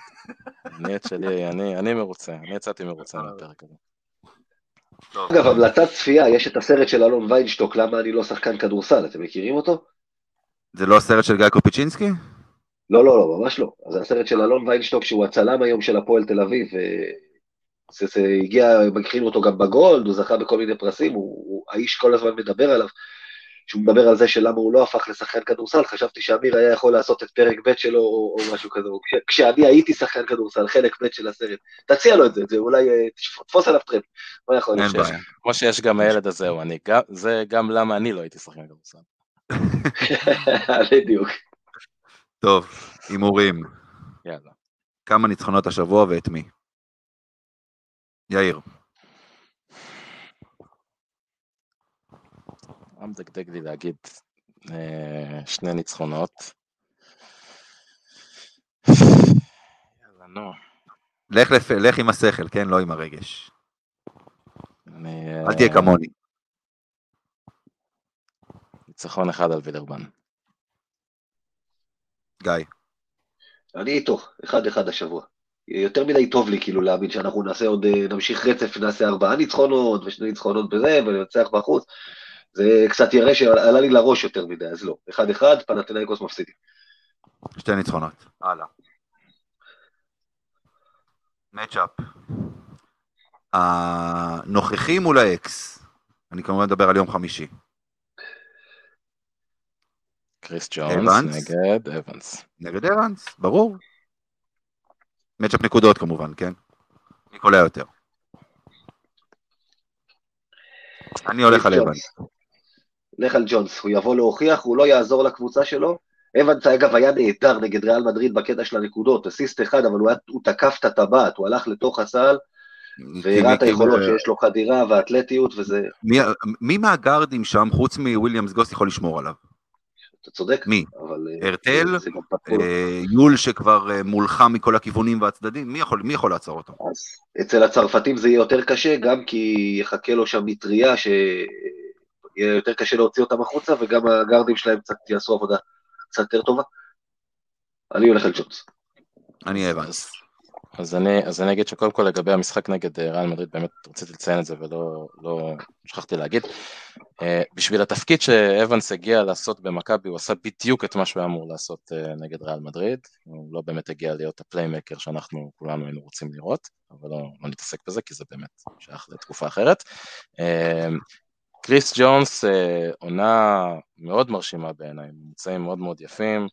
אני מרוצה, אני יצאתי מרוצה מהפרק הזה. אגב, המלצת צפייה, יש את הסרט של אלון ויינשטוק, למה אני לא שחקן כדורסל, אתם מכירים אותו? זה לא הסרט של גיא קופיצ'ינסקי? לא, ממש לא. זה הסרט של אלון ויינשטוק, שהוא הצלם היום של הפועל תל אביב, זה הגיע, מכירים אותו גם בגולד, הוא זכה בכל מיני פרסים, האיש כל הזמן מדבר עליו, שהוא מדבר על זה שלמה הוא לא הפך לשחקן כדורסל, חשבתי שאמיר היה יכול לעשות את פרק ב' שלו, או משהו כזה, כשאני הייתי שחקן כדורסל, חלק ב' של הסרט, תציע לו את זה, זה אולי תפוס עליו טרמפ, מה יכול להיות? כמו שיש גם הילד הזה, זה גם למה אני לא הייתי שחקן כדורסל. בדיוק. טוב, הימורים. יאללה. כמה ניצחונות השבוע ואת מי? יאיר. מדגדג לי להגיד 2 ניצחונות. יאללה, נו. לך עם השכל, כן? לא עם הרגש. אל תהיה כמוני. ניצחון 1 על וילרבן. גיא. אני איתו, 1-1 השבוע. יותר מדי טוב לי כאילו להאמין שאנחנו נעשה עוד, נמשיך רצף, נעשה 4 ניצחונות ו2 ניצחונות בזה, ונצח בחוץ. זה קצת יראה שעלה לי לראש יותר מדי, אז לא. 1-1, פנתנאיקוס מפסידים. 2 ניצחונות. הלאה. מאצ'אפ. הנוכחים מול האקס. אני כמובן מדבר על יום חמישי. קריס ג'ונס נגד אבנס. נגד אבנס, ברור. מאצ'אפ נקודות כמובן, כן? מי קולה יותר. אני הולך על אבנס. לך על ג'ונס, הוא יבוא להוכיח, הוא לא יעזור לקבוצה שלו. אבנס אגב היה נהדר נגד ריאל מדריד בקטע של הנקודות, אסיסט אחד, אבל הוא תקף את הטבעת, הוא הלך לתוך הסל, והראה את היכולות שיש לו חדירה והאתלטיות, וזה... מי מהגארדים שם, חוץ מוויליאמס גוס, יכול לשמור עליו? אתה צודק. מי? הרטל, יול שכבר מולחם מכל הכיוונים והצדדים, מי יכול לעצור אותו? אז אצל הצרפתים זה יהיה יותר קשה, גם כי יחכה לו שם מטריה, שיהיה יותר קשה להוציא אותם החוצה, וגם הגארדים שלהם קצת יעשו עבודה קצת יותר טובה. אני הולך על ג'ונס. אני אבנס. אז אני אגיד שקודם כל לגבי המשחק נגד ריאל מדריד, באמת רציתי לציין את זה ולא שכחתי להגיד, בשביל התפקיד שאבנס הגיע לעשות במכבי, הוא עשה בדיוק את מה שהוא אמור לעשות נגד ריאל מדריד, הוא לא באמת הגיע להיות הפליימקר שאנחנו כולנו היינו רוצים לראות, אבל לא נתעסק בזה, כי זה באמת שייך לתקופה אחרת. קריס ג'ונס עונה מאוד מרשימה בעיניי, ממצאים מאוד מאוד יפים,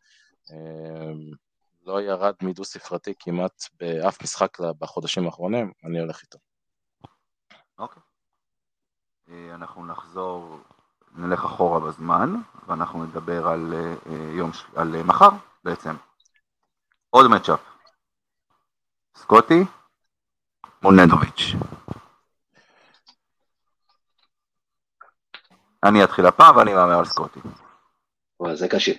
לא ירד מדו ספרתי כמעט באף משחק בחודשים האחרונים, אני הולך איתו. אוקיי. אנחנו נלך אחורה בזמן, ואנחנו נדבר על מחר בעצם. עוד מאצ'אפ. סקוטי מול נדוביץ'. אני אתחיל הפעם ואני מאמר על סקוטי. זה קשה.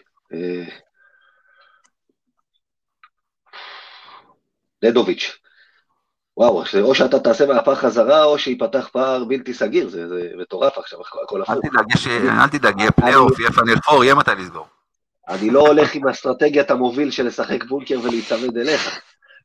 נדוביץ'. וואו, או שאתה תעשה מהפך חזרה, או שיפתח פער בלתי סגיר, זה מטורף עכשיו, הכל הפוך. אל תדאג, יהיה פלייאוף, יהיה פאנל 4, יהיה מתי לסגור. אני לא הולך עם אסטרטגיית המוביל של לשחק בונקר ולהצמד אליך.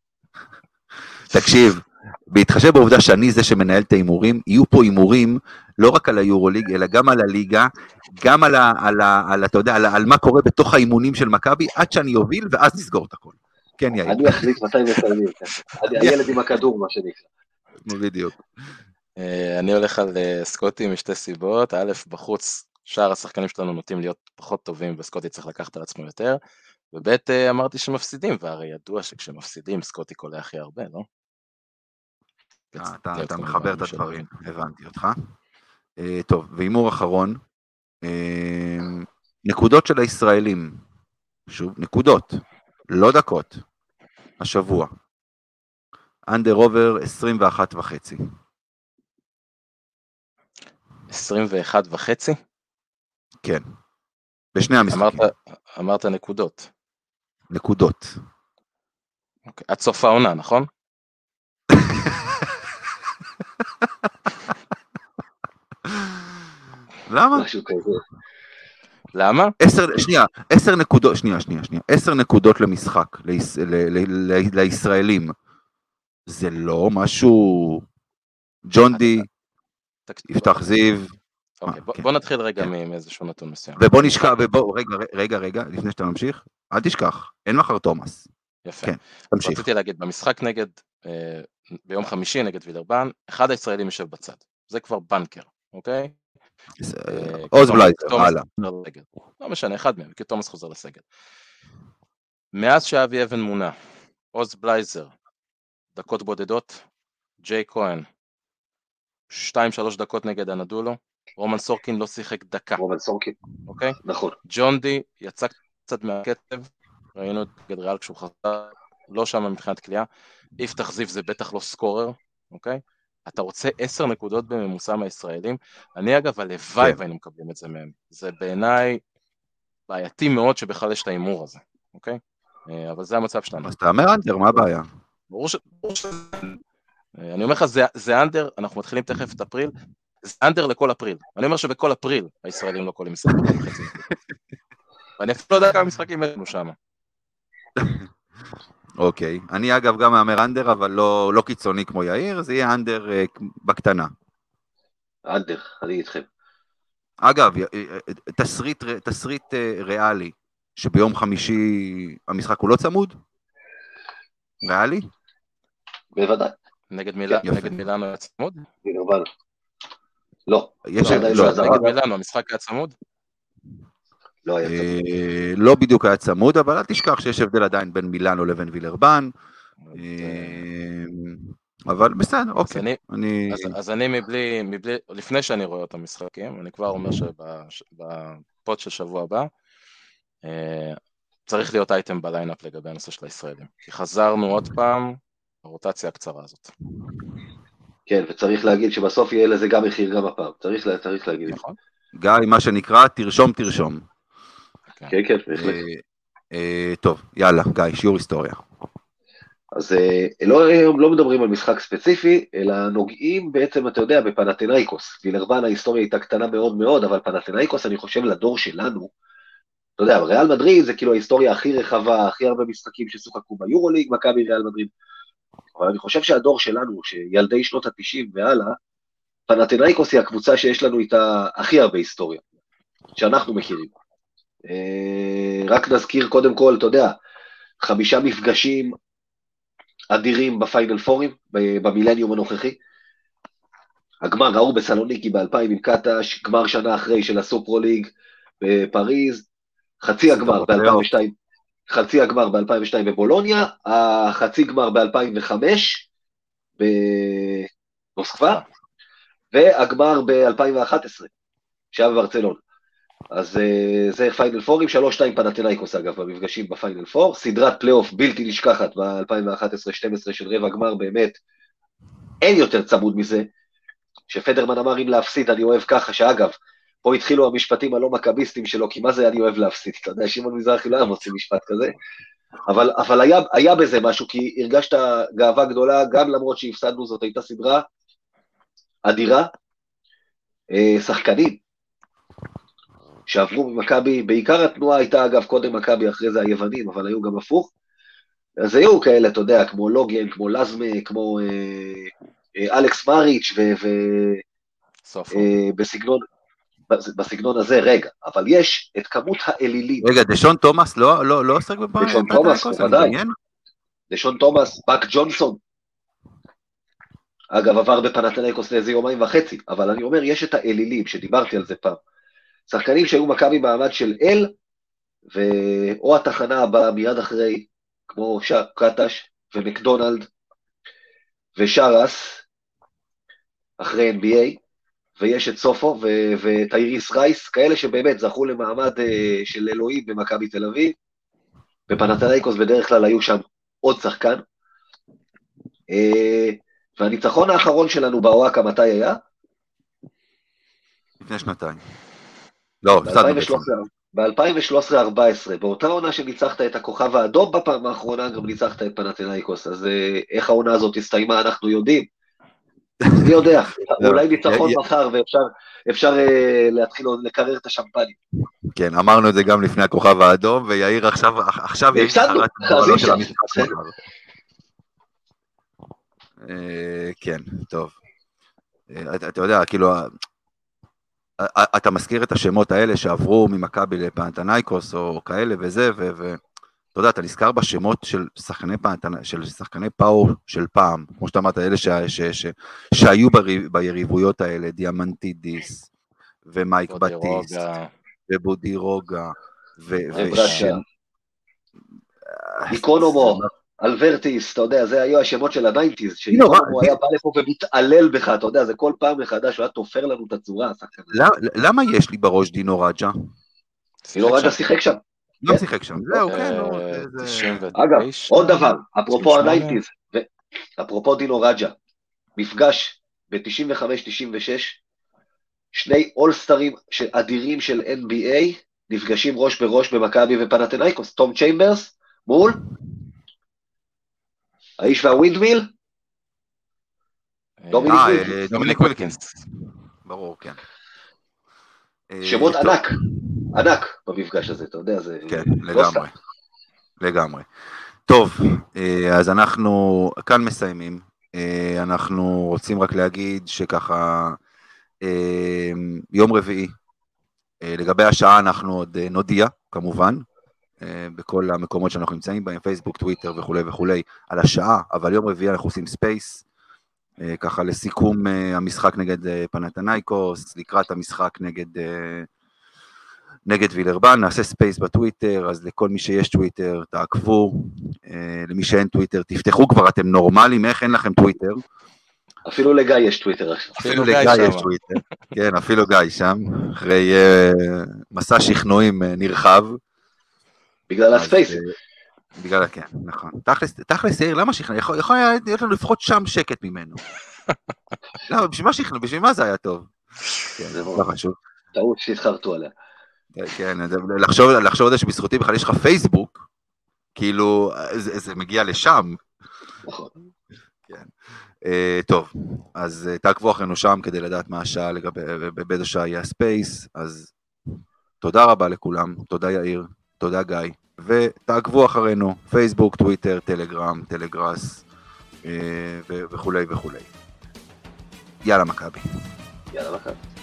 תקשיב, בהתחשב בעובדה שאני זה שמנהל את האימורים, יהיו פה אימורים לא רק על היורוליג, אלא גם על הליגה, גם אתה יודע, על מה קורה בתוך האימונים של מכבי, עד שאני אוביל, ואז נסגור את הכל. כן, יאיר. אני אחליט מתי מסיימים. הילד עם הכדור, מה שנקרא. בדיוק. אני הולך על סקוטי משתי סיבות. א', בחוץ, שאר השחקנים שלנו נוטים להיות פחות טובים, וסקוטי צריך לקחת על עצמו יותר. וב', אמרתי שמפסידים, והרי ידוע שכשמפסידים, סקוטי קולה הכי הרבה, לא? אתה מחבר את הדברים, הבנתי אותך. טוב, ואימור אחרון, נקודות של הישראלים, שוב, נקודות, לא דקות, השבוע, אנדר עובר 21.5. 21.5? כן, בשני המשחקים. אמרת נקודות. נקודות. אוקיי, עד סוף העונה, נכון? למה? משהו כזה. למה? 10 נקודות, שנייה, 10 נקודות למשחק, לישראלים, זה לא משהו, ג'ון די, יפתח זיו. אוקיי, בוא נתחיל רגע מאיזשהו נתון מסוים. ובוא נשכח, רגע, לפני שאתה ממשיך, אל תשכח, אין מחר תומאס. יפה. כן, תמשיך. רציתי להגיד, במשחק נגד, ביום חמישי נגד וילרבן, אחד הישראלים יושב בצד, זה כבר בנקר, אוקיי? עוז בלייזר, הלאה. לא משנה, אחד מהם, כי תומאס חוזר לסגל. מאז שאבי אבן מונה, עוז בלייזר, דקות בודדות, ג'יי כהן, 2-3 דקות נגד אנדולו, רומן סורקין לא שיחק דקה. רומן סורקין. אוקיי? נכון. ג'ון די יצא קצת מהקצב, ראינו את נגד ריאל כשהוא חזר, לא שם מבחינת קליעה, יפתח זיו זה בטח לא סקורר, אוקיי? אתה רוצה 10 נקודות בממוצע מהישראלים, אני אגב הלוואי והיינו מקבלים את זה מהם, זה בעיניי בעייתי מאוד שבכלל יש את האימור הזה, אוקיי? אבל זה המצב שלנו. אז תאמר אנדר, מה הבעיה? ברור אני אומר לך, זה אנדר, אנחנו מתחילים תכף את אפריל, זה אנדר לכל אפריל, אני אומר שבכל אפריל הישראלים לא קולים משחק וחצי. ואני אפילו לא יודע כמה משחקים יש לנו שם. אוקיי, אני אגב גם מאמר אנדר, אבל לא קיצוני כמו יאיר, זה יהיה אנדר בקטנה. אנדר, אני איתכם. אגב, תסריט ריאלי, שביום חמישי המשחק הוא לא צמוד? ריאלי? בוודאי. נגד מילאנו היה צמוד? לא. נגד מילאנו המשחק היה צמוד? לא היה צמוד. לא בדיוק היה צמוד, אבל אל תשכח שיש הבדל עדיין בין מילאנו לבין וילרבן. אבל בסדר, אוקיי. אז אני מבלי, לפני שאני רואה את המשחקים, אני כבר אומר שבפוד של שבוע הבא, צריך להיות אייטם בליינאפ לגבי הנושא של הישראלים. כי חזרנו עוד פעם, הרוטציה הקצרה הזאת. כן, וצריך להגיד שבסוף יהיה לזה גם מחיר גם הפעם. צריך להגיד. נכון. גיא, מה שנקרא, תרשום. כן, בהחלט. טוב, יאללה, גיא, שיעור היסטוריה. אז לא מדברים על משחק ספציפי, אלא נוגעים בעצם, אתה יודע, בפנתנאיקוס. וילרבן ההיסטוריה הייתה קטנה מאוד מאוד, אבל פנתנאיקוס, אני חושב, לדור שלנו, אתה יודע, ריאל מדריד זה כאילו ההיסטוריה הכי רחבה, הכי הרבה משחקים ששוחקו ביורוליג, מכבי ריאל מדריד. אבל אני חושב שהדור שלנו, שילדי שנות ה-90 והלאה, פנתנאיקוס היא הקבוצה שיש לנו איתה הכי הרבה היסטוריה, שאנחנו מכירים. רק נזכיר קודם כל, אתה יודע, 5 מפגשים אדירים בפיינל פורים, במילניום הנוכחי. הגמר ראו בסלוניקי ב-2000 עם קטש, גמר שנה אחרי של הסופרו ליג בפריז, חצי הגמר ב-2002 בבולוניה, החצי גמר ב-2005 במוסקבה, והגמר ב-2011, שהיה בברצלון. אז זה פיינל פורים, 3-2 פנתנאיקוס אגב, במפגשים בפיינל פור, סדרת פלייאוף בלתי נשכחת ב-2011-12 של רבע גמר, באמת אין יותר צמוד מזה, שפדרמן אמר אם להפסיד אני אוהב ככה, שאגב, פה התחילו המשפטים הלא מקביסטים שלו, כי מה זה אני אוהב להפסיד, אתה יודע, שמעון מזרחי לא היה מוציא משפט כזה, אבל היה בזה משהו, כי הרגשת גאווה גדולה, גם למרות שהפסדנו, זאת הייתה סדרה אדירה, שחקנים שעברו ממכבי, בעיקר התנועה הייתה אגב קודם מכבי, אחרי זה היוונים, אבל היו גם הפוך, אז היו כאלה, אתה יודע, כמו לוגן, כמו לזמה, כמו אלכס מריץ' בסגנון הזה, רגע, אבל יש את כמות האלילים. רגע, דשון תומאס לא עוסק בפנתנייקוס? דשון תומאס, בוודאי. דשון תומאס, בק ג'ונסון, אגב עבר בפנתנייקוס לאיזה 2.5 ימים, אבל אני אומר, יש את האלילים, שדיברתי על זה פעם, שחקנים שהיו מכבי מעמד של אל, או התחנה הבאה מיד אחרי, כמו קטש ומקדונלד ושרס, אחרי NBA, ויש את סופו וטייריס רייס, כאלה שבאמת זכו למעמד של אלוהים במכבי תל אביב, בפנתנייקוס בדרך כלל היו שם עוד שחקן, והניצחון האחרון שלנו באוהקה מתי היה? לפני שנתיים. לא, ב-2013-2014, באותה עונה שניצחת את הכוכב האדום בפעם האחרונה, גם ניצחת את פנתנייקוס, אז איך העונה הזאת הסתיימה, אנחנו יודעים. מי יודע, אולי ניצחון מחר, ואפשר להתחיל לקרר את השמפני. כן, אמרנו את זה גם לפני הכוכב האדום, ויאיר עכשיו יאיר חרט בגולו של המשחק. כן, טוב. אתה יודע, כאילו, אתה מזכיר את השמות האלה שעברו ממכבי לפנתנייקוס או כאלה וזה, ואתה יודע, אתה נזכר בשמות של שחקני פאור של פעם, כמו שאתה אמרת, אלה שהיו ביריבויות האלה, דיאמנטידיס, ומייק בטיסט, ובודי רוגה, איקונומו, אלברטיס, אתה יודע, זה היו השמות של הניינטיז, שאיקונומו היה בא לפה ומתעלל בך, אתה יודע, זה כל פעם מחדש, הוא היה תופר לנו את הצורה. למה יש לי בראש דינו רג'ה? דינו רג'ה שיחק שם. לא שיחק שם, זהו, כן. אגב, עוד דבר, אפרופו הניינטיז, אפרופו דינו רג'ה, מפגש ב-95-96, שני אולסטרים אדירים של NBA, נפגשים ראש בראש במכבי ופנתנייקוס, תום צ'יימברס, מול האיש והווינדמיל? דומיניק ווילקינס. ברור, כן. שמות ענק במפגש הזה, אתה יודע, זה... כן, לגמרי. טוב, אז אנחנו כאן מסיימים. אנחנו רוצים רק להגיד שככה, יום רביעי, לגבי השעה אנחנו עוד נודיע, כמובן, בכל המקומות שאנחנו נמצאים בהם, פייסבוק, טוויטר וכו', על השעה, אבל יום רביעי אנחנו עושים ספייס, ככה לסיכום המשחק נגד פנתנייקוס, לקראת המשחק נגד וילרבן, נעשה ספייס בטוויטר, אז לכל מי שיש טוויטר, תעקבו, למי שאין טוויטר, תפתחו כבר, אתם נורמלים, איך אין לכם טוויטר? אפילו לגיא יש טוויטר. אפילו לגיא יש טוויטר, כן, אפילו גיא שם, אחרי מסע שכנועים נרחב, בגלל הספייסים. בגלל, כן, נכון. תכלס, יאיר, למה שכנע? יכול להיות לנו לפחות שם שקט ממנו. למה, בשביל מה שכנע? בשביל מה זה היה טוב? זה לא חשוב. טעות שהתחרטו עליה. כן, לחשוב על זה שבזכותי בכלל יש לך פייסבוק, כאילו, זה מגיע לשם. נכון. כן. טוב, אז תעקבו אחרינו שם כדי לדעת מה השעה לגבי, באיזו שעה יהיה הספייס, אז תודה רבה לכולם, תודה יאיר. תודה גיא, ותעקבו אחרינו, פייסבוק, טוויטר, טלגרם, טלגראס, וכו'. יאללה מכבי. יאללה מכבי.